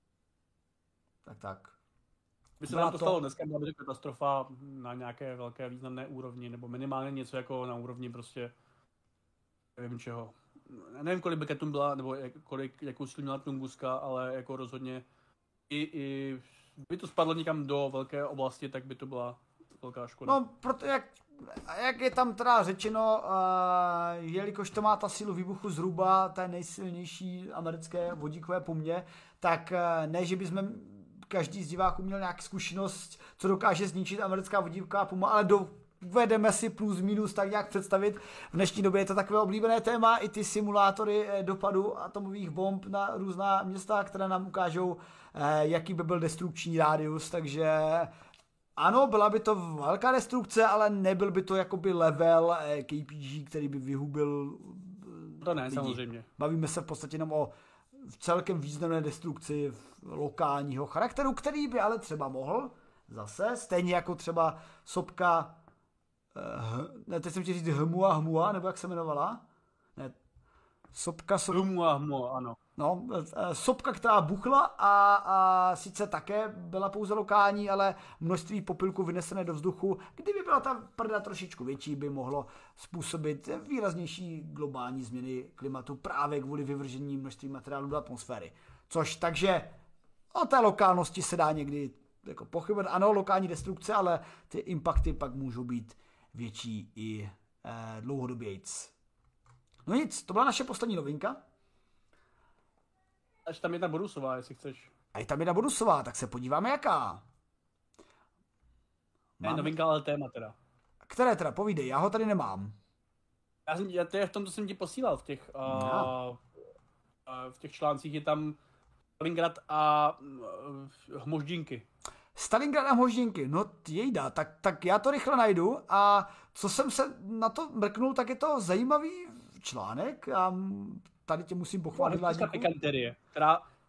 Tak tak. By se nám to stalo dneska, byla by to katastrofa na nějaké velké významné úrovni, nebo minimálně něco jako na úrovni prostě nevím čeho. Nevím, kolik beketun byla, nebo jak, kolik, jakou sílu měla Tunguska, ale jako rozhodně i, i by to spadlo někam do velké oblasti, tak by to byla velká škoda. No, proto jak, jak je tam teda řečeno, uh, jelikož to má ta sílu výbuchu zhruba té nejsilnější americké vodíkové pumě, tak uh, ne, že bychom každý z diváků měl nějakou zkušenost, co dokáže zničit americká vodíková puma, ale do Uvedeme si plus minus tak nějak představit. V dnešní době je to takové oblíbené téma, i ty simulátory dopadu atomových bomb na různá města, které nám ukážou, jaký by byl destrukční rádius, takže ano, byla by to velká destrukce, ale nebyl by to jakoby level K P G, který by vyhubil To ne, lidi. samozřejmě. Bavíme se v podstatě jenom o celkem významné destrukci lokálního charakteru, který by ale třeba mohl zase, stejně jako třeba sopka ne, teď jsem chtěl říct Hmua Hmua, nebo jak se jmenovala? Ne, sopka, sopka. Hmua Hmua, ano. No, sopka, která buchla a, a sice také byla pouze lokální, ale množství popilku vynesené do vzduchu, kdyby byla ta prda trošičku větší, by mohlo způsobit výraznější globální změny klimatu právě kvůli vyvržení množství materiálu do atmosféry. Což takže o té lokálnosti se dá někdy jako pochybovat. Ano, lokální destrukce, ale ty impakty pak můžou být větší i eh, dlouhodobějc. No nic, to byla naše poslední novinka. Až tam jedna bonusová, jestli chceš. A je tam jedna bonusová, tak se podíváme jaká. Ne, novinka, ale téma teda. Které teda, povídej, já ho tady nemám. Já jsem, já, to je v tom, co jsem ti posílal, v těch, uh, uh, v těch článcích je tam Stalingrad a uh, Hmoždinky. Stalingrad a Hmoždinky, no jejda, tak, tak já to rychle najdu a co jsem se na to mrknul, tak je to zajímavý článek a tady tě musím pochválit. Hezká pikanterie, která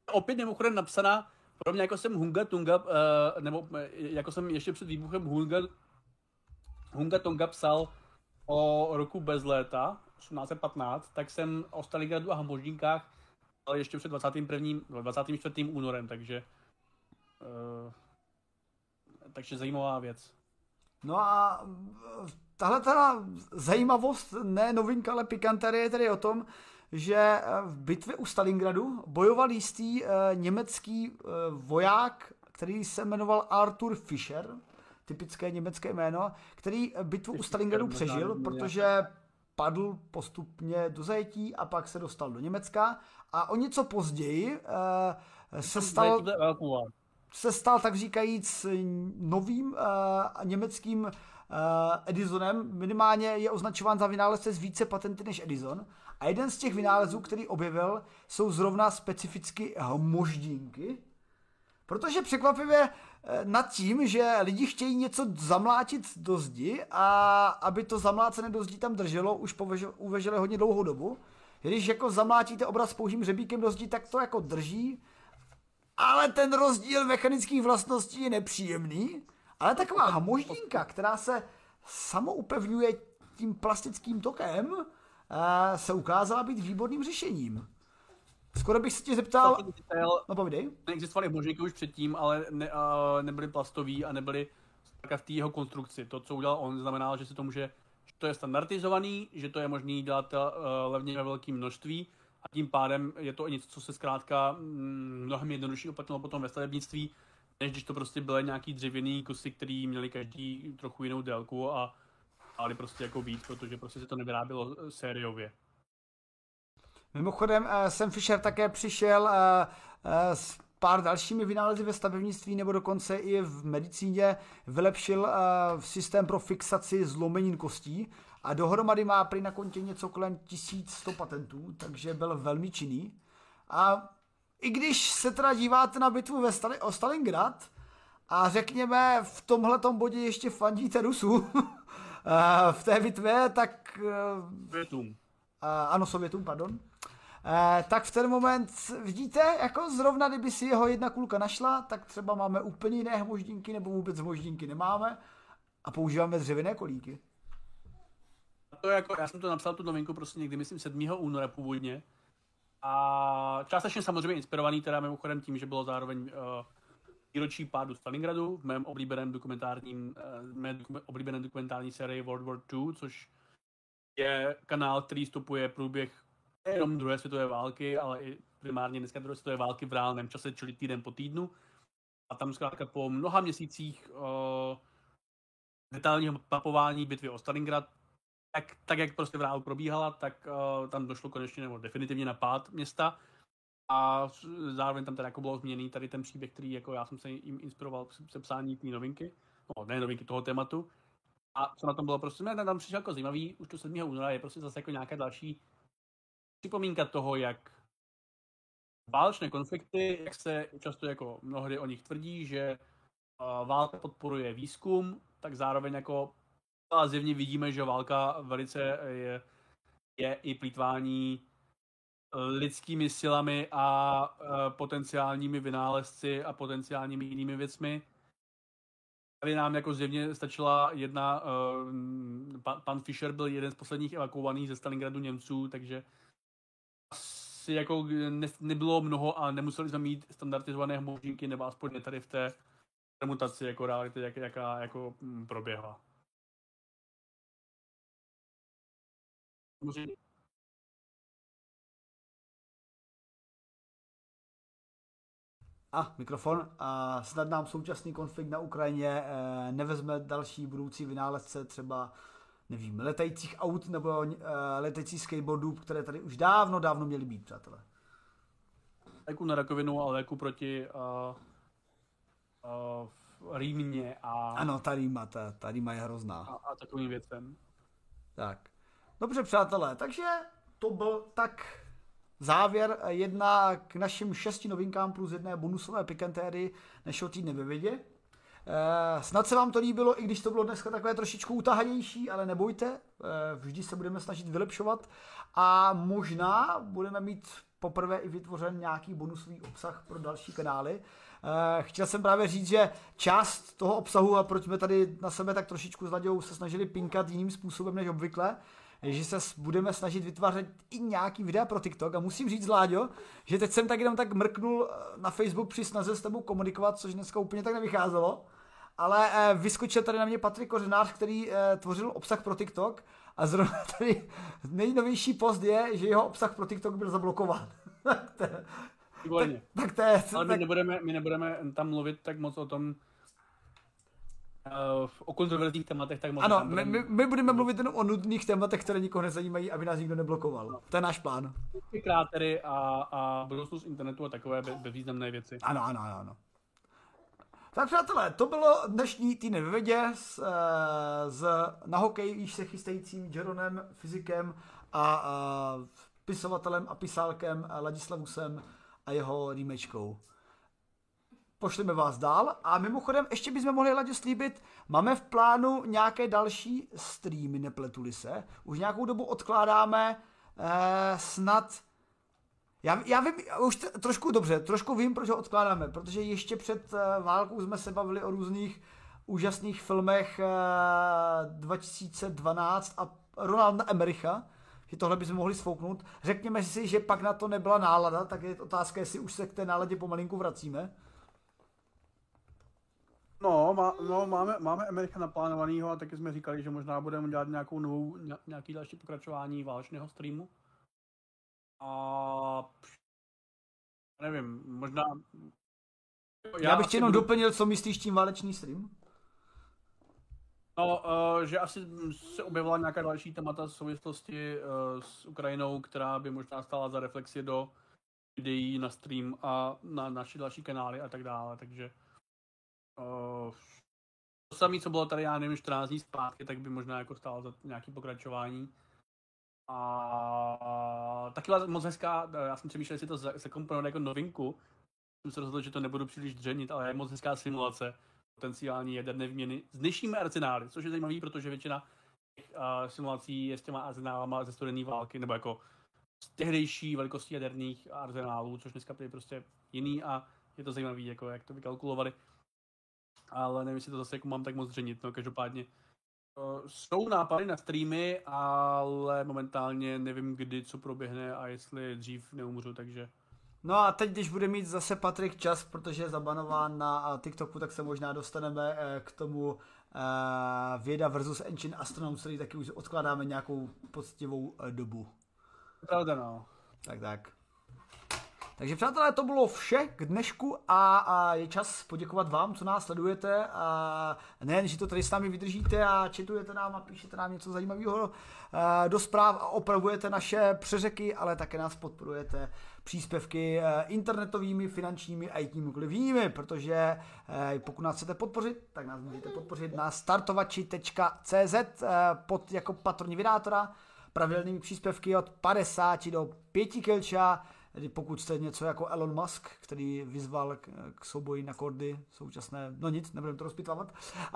Opět mimochodem napsaná, podobně jako jsem Hunga Tunga, uh, nebo uh, jako jsem ještě před výbuchem Hunga, Hunga Tonga psal o roku bez léta, osmnáct set patnáct, tak jsem o Stalingradu a Hambožníkách ale ještě před dvacátým prvním, dvacátým čtvrtým únorem, takže uh, takže zajímavá věc. No a tahle ta zajímavost, ne novinka, ale pikanterie je tedy o tom, že v bitvě u Stalingradu bojoval jistý uh, německý uh, voják, který se jmenoval Arthur Fischer, typické německé jméno, který bitvu u Stalingradu přežil, protože padl postupně do zajetí a pak se dostal do Německa a o něco později uh, se stal se stal tak říkajíc novým uh, německým uh, Edisonem. Minimálně je označován za vynálezce z více patenty než Edison. A jeden z těch vynálezů, který objevil, jsou zrovna specificky moždínky. Protože překvapivě nad tím, že lidi chtějí něco zamlátit do zdi a aby to zamlácené do zdi tam drželo, už uvažili hodně dlouhou dobu. Když jako zamlátíte obraz s pouhým hřebíkem do zdi, tak to jako drží, ale ten rozdíl mechanických vlastností je nepříjemný. Ale taková moždínka, která se samoupevňuje tím plastickým tokem, se ukázala být výborným řešením. Skoro bych se tě zeptal... No povídej. Neexistovaly možníky už předtím, ale ne, uh, nebyly plastový a nebyly v té jeho konstrukci. To, co udělal on, znamenalo, že se to může, že to je standardizovaný, že to je možný dělat uh, levně ve velkém množství a tím pádem je to něco, co se zkrátka mm, mnohem jednodušší uplatnilo potom ve stavebnictví, než když to prostě byly nějaký dřevěný kusy, který měli každý trochu jinou délku a ale prostě jako víc, protože prostě se to nevyrábělo sériově. Mimochodem, Sam Fisher také přišel s pár dalšími vynálezy ve stavebnictví nebo dokonce i v medicíně, vylepšil systém pro fixaci zlomenin kostí a dohromady má prý na kontě něco kolem tisíc sto patentů, takže byl velmi činný. A i když se teda díváte na bitvu ve Stali- o Stalingrad a řekněme v tomhletom bodě ještě fandíte Rusů v té bitvě, tak... Sovětům. Ano, Sovětům, pardon. Eh, tak v ten moment vidíte, jako zrovna kdyby si jeho jedna kulka našla, tak třeba máme úplně jiné moždínky, nebo vůbec moždínky nemáme a používáme dřevěné kolíky. To jako, já jsem to napsal tu novinku prostě někdy, myslím, sedmého února původně. A částečně samozřejmě inspirovaný teda mimochodem tím, že bylo zároveň uh, výročí pádu Stalingradu v mém oblíbeném dokumentárním, uh, mé oblíbené dokumentární sérii World War two, což je kanál, který stopuje průběh nejenom druhé světové války, ale i primárně dneska druhé světové války v reálném čase, čili týden po týdnu. A tam zkrátka po mnoha měsících uh, detailního mapování bitvy o Stalingrad, tak, tak jak prostě v reálu probíhala, tak uh, tam došlo konečně nebo definitivně na pád města. A zároveň tam teda jako bylo změněný tady ten příběh, který jako já jsem se jim inspiroval k sepsání té novinky, no ne novinky toho tématu. A co na tom bylo prostě, ne, tam přišel jako zajímavý, už to sedmého února je prostě zase jako nějaká další připomínka toho, jak válečné konflikty, jak se často jako mnohdy o nich tvrdí, že uh, válka podporuje výzkum, tak zároveň jako zjevně vidíme, že válka velice je, je i plýtvání lidskými silami a uh, potenciálními vynálezci a potenciálními jinými věcmi. Tady nám jako zjevně stačila jedna, uh, pan, pan Fischer byl jeden z posledních evakuovaných ze Stalingradu Němců, takže asi jako ne, nebylo mnoho a nemuseli jsme mít standardizované možníky, nebo aspoň ne tady v té permutaci jako reality, jak, jaká jako m, proběhla. Může... A mikrofon. A snad nám současný konflikt na Ukrajině eh, nevezme další budoucí vynálezce, třeba nevím, letajících aut nebo uh, letajících skateboardů, které tady už dávno, dávno měly být, přátelé. Léku na rakovinu a léku proti uh, uh, rýmě a... Ano, ta rýma, ta, ta rýma je hrozná. A, a takovým věcem. Tak. Dobře, přátelé, takže to byl tak závěr jedna k našim šesti novinkám plus jedné bonusové pikantéry našeho týdne ve vědě. Eh, snad se vám to líbilo, i když to bylo dneska takové trošičku utahanější, ale nebojte, eh, vždy se budeme snažit vylepšovat a možná budeme mít poprvé i vytvořen nějaký bonusový obsah pro další kanály. Chtěl jsem právě říct, že část toho obsahu, a proč jsme tady na sebe tak trošičku s Laďou se snažili pinkat jiným způsobem než obvykle, že se budeme snažit vytvářet i nějaký videa pro TikTok. A musím říct, Láďo, že teď jsem tak jenom tak mrknul na Facebook při snaze s tebou komunikovat, což dneska úplně tak nevycházelo. Ale eh, vyskočil tady na mě Patrik Kořenář, který eh, tvořil obsah pro TikTok, a zrovna tady nejnovější post je, že jeho obsah pro TikTok byl zablokován. tak, to, tak, tak to je... Ale my, tak... nebudeme, my nebudeme tam mluvit tak moc o tom, uh, o kontroverzních tématech, tak moc. Ano, tam my, my, my budeme mluvit jenom o nudných tématech, které nikoho nezajímají, aby nás nikdo neblokoval. No. To je náš plán. Ty krátery a, a budoucnost internetu a takové be, bezvýznamné věci. Ano, ano, ano. ano. Tak přátelé, to bylo dnešní týden ve vědě s, s, na hokej již se chystajícím Jeronem, fyzikem a, a pisovatelem a pisálkem Ladislavusem a jeho rýmečkou. Pošleme vás dál a mimochodem ještě bychom mohli, Ladě, slíbit, máme v plánu nějaké další streamy, nepletuli se. Už nějakou dobu odkládáme eh, snad... Já, já vím, už t- trošku dobře, trošku vím, proč ho odkládáme, protože ještě před uh, válkou jsme se bavili o různých úžasných filmech uh, dva tisíce dvanáct a Ronalda Emericha, že tohle bychom mohli sfouknout. Řekněme si, že pak na to nebyla nálada, tak je otázka, jestli už se k té náladě pomalinku vracíme. No, má, no máme, máme Emericha naplánovanýho a taky jsme říkali, že možná budeme dělat nějakou novou, nějaký další pokračování válečného streamu. A nevím, možná... Já, já bych ti jenom budu... doplnil, co myslíš tím válečný stream? No, uh, že asi se objevila nějaká další témata v souvislosti uh, s Ukrajinou, která by možná stála za reflexi do videí na stream a na naše další kanály a tak dále, takže uh, to samé, co bylo tady, já nevím, čtrnáct dní zpátky, tak by možná jako stálo za nějaké pokračování. A taky byla moc hezká, já jsem přemýšlel, jestli to zakomponovat jako novinku. Jsem se rozhodl, že to nebudu příliš dřenit, ale je moc hezká simulace potenciální jaderné výměny s dnešními arzenály, což je zajímavý, protože většina těch uh, simulací je s těma arzenálama ze studené války, nebo jako z tehdejší velikosti jaderných arzenálů, což dneska je prostě jiný a je to zajímavý, jako jak to vykalkulovali. Ale nevím, jestli to zase jako mám tak moc dřenit, no každopádně. Jsou nápady na streamy, ale momentálně nevím, kdy co proběhne a jestli dřív neumřu, takže... No a teď, když bude mít zase Patrik čas, protože je zabanován na TikToku, tak se možná dostaneme k tomu Věda versus Ancient Astronauts, který taky už odkládáme nějakou poctivou dobu. Pravda, no. Tak, tak. Takže přátelé, to bylo vše k dnešku a, a je čas poděkovat vám, co nás sledujete. A nejen, že to tady s námi vydržíte a četujete nám a píšete nám něco zajímavého do zpráv a opravujete naše přeřeky, ale také nás podporujete příspěvky internetovými, finančními a jakýmikoliv jinými, protože pokud nás chcete podpořit, tak nás můžete podpořit na startovači tečka cé zet pod jako patroni vydátora, pravidelnými příspěvky od padesáti do pěti kilča. Pokud jste něco jako Elon Musk, který vyzval k, k souboji na kordy současné, no nic, nebudeme to rozpitvávat.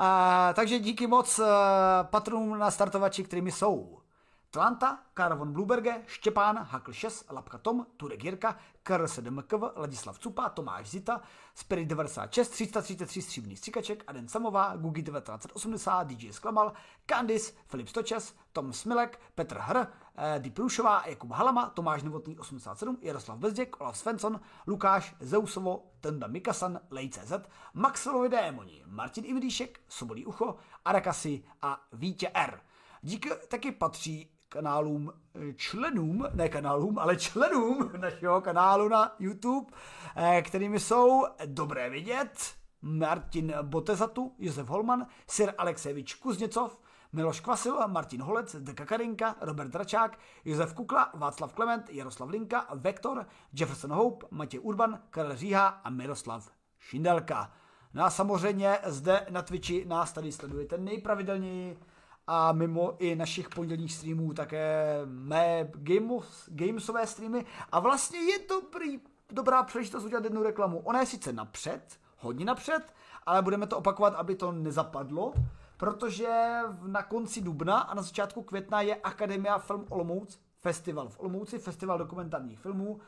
A, takže díky moc uh, patronům na startovači, kterými jsou Tlanta, Karavon Blueberge, Štěpán, Hakl šest, Lapka Tom, Turek Jirka, Karl sedm K V, Ladislav Cupa, Tomáš Zita, Spirit devadesát šest, tři sta třicet tři Stříbrný stříkaček, Aden Samová, Gugi devatenáct osmdesát, D J Sklamal, Candice, Filip Stočes, Tom Smilek, Petr Hr, eh, Di Průšová, Jakub Halama, Tomáš Novotný osmdesát sedm, Jaroslav Bezděk, Olaf Svensson, Lukáš Zeusovo, Tenda Mikasan, Lej.cz, Maxvelovi démoni, Martin Ivdíšek, Sobolí ucho, Arakasi a Vítě R. Díky taky patří kanálům, členům, ne kanálům, ale členům našeho kanálu na YouTube, kterými jsou Dobré vidět, Martin Botezatu, Josef Holman, Sir Alexejevič Kuzněcov, Miloš Kvasil, Martin Holec, Deka Karinka, Robert Dračák, Josef Kukla, Václav Klement, Jaroslav Linka, Vektor, Jefferson Hope, Matěj Urban, Karel Říha a Miroslav Šindelka. No a samozřejmě zde na Twitchi nás tady sledujete nejpravidelněji a mimo i našich pondělních streamů také mé games, gamesové streamy. A vlastně je dobrý, dobrá příležitost udělat jednu reklamu. Ona je sice napřed, hodně napřed, ale budeme to opakovat, aby to nezapadlo, protože na konci dubna a na začátku května je Akademia Film Olomouc, festival v Olomouci, festival dokumentárních filmů.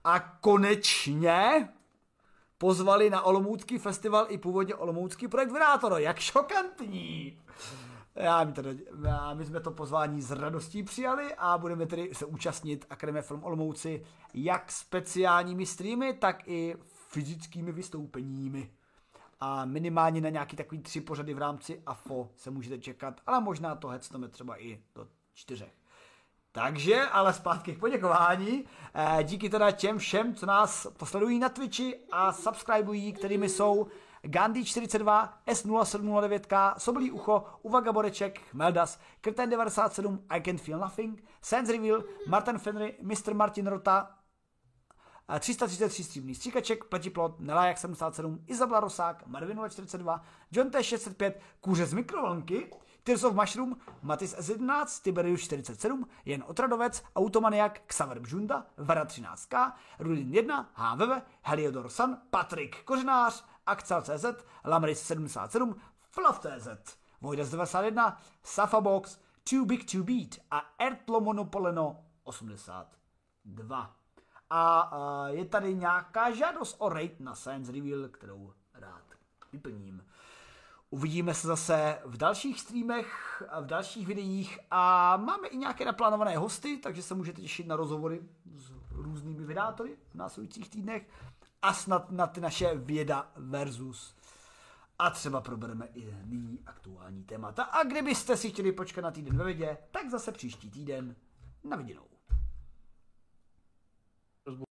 A konečně pozvali na Olomoucký festival i původně Olomoucký projekt Vedátor. Jak šokantní! Já, my, teda, já, my jsme to pozvání s radostí přijali a budeme tedy se účastnit Akademie Film Olomouci jak speciálními streamy, tak i fyzickými vystoupeními. A minimálně na nějaký takový tři pořady v rámci A F O se můžete čekat, ale možná to hecneme třeba i do čtyřech. Takže, ale zpátky k poděkování. Díky teda těm všem, co nás posledují na Twitchi a subscribují, kterými jsou Gandhi čtyřicet dva, S nula sedm nula devět K, Sobolí ucho, Uvaga Boreček, Meldas, Krten devadesát sedm, I Can't Feel Nothing, Sans Reveal, Martin Fenry, mister Martin Rota, tři sta třicet tři stříbrný stříkaček, Pletiplot, Nelajak sedmdesát sedm, Izabela Rosák, Marvin nula čtyřicet dva, John T šest set pět, Kůře z mikrovlnky, Tears of Mushroom, Matis S jedenáct, Tiberius čtyřicet sedm, Jen Otradovec, Automaniak, Xaver Bžunda, Vara třináct K, Rudin jedna, H V V, Heliodor San, Patrik Kořenář, Akcel C Z, Lamris sedmdesát sedm, Flav C Z, Vojdas devadesát jedna, Safabox, Too Big to Beat a Ertlo Monopoleno osmdesát dva. A, a je tady nějaká žádost o raid na Science Reveal, kterou rád vyplním. Uvidíme se zase v dalších streamech, v dalších videích a máme i nějaké naplánované hosty, takže se můžete těšit na rozhovory s různými vydátory v následujících týdnech a snad na ty naše věda versus. A třeba probereme i nyní aktuální témata. A kdybyste si chtěli počkat na týden ve vědě, tak zase příští týden. Na viděnou.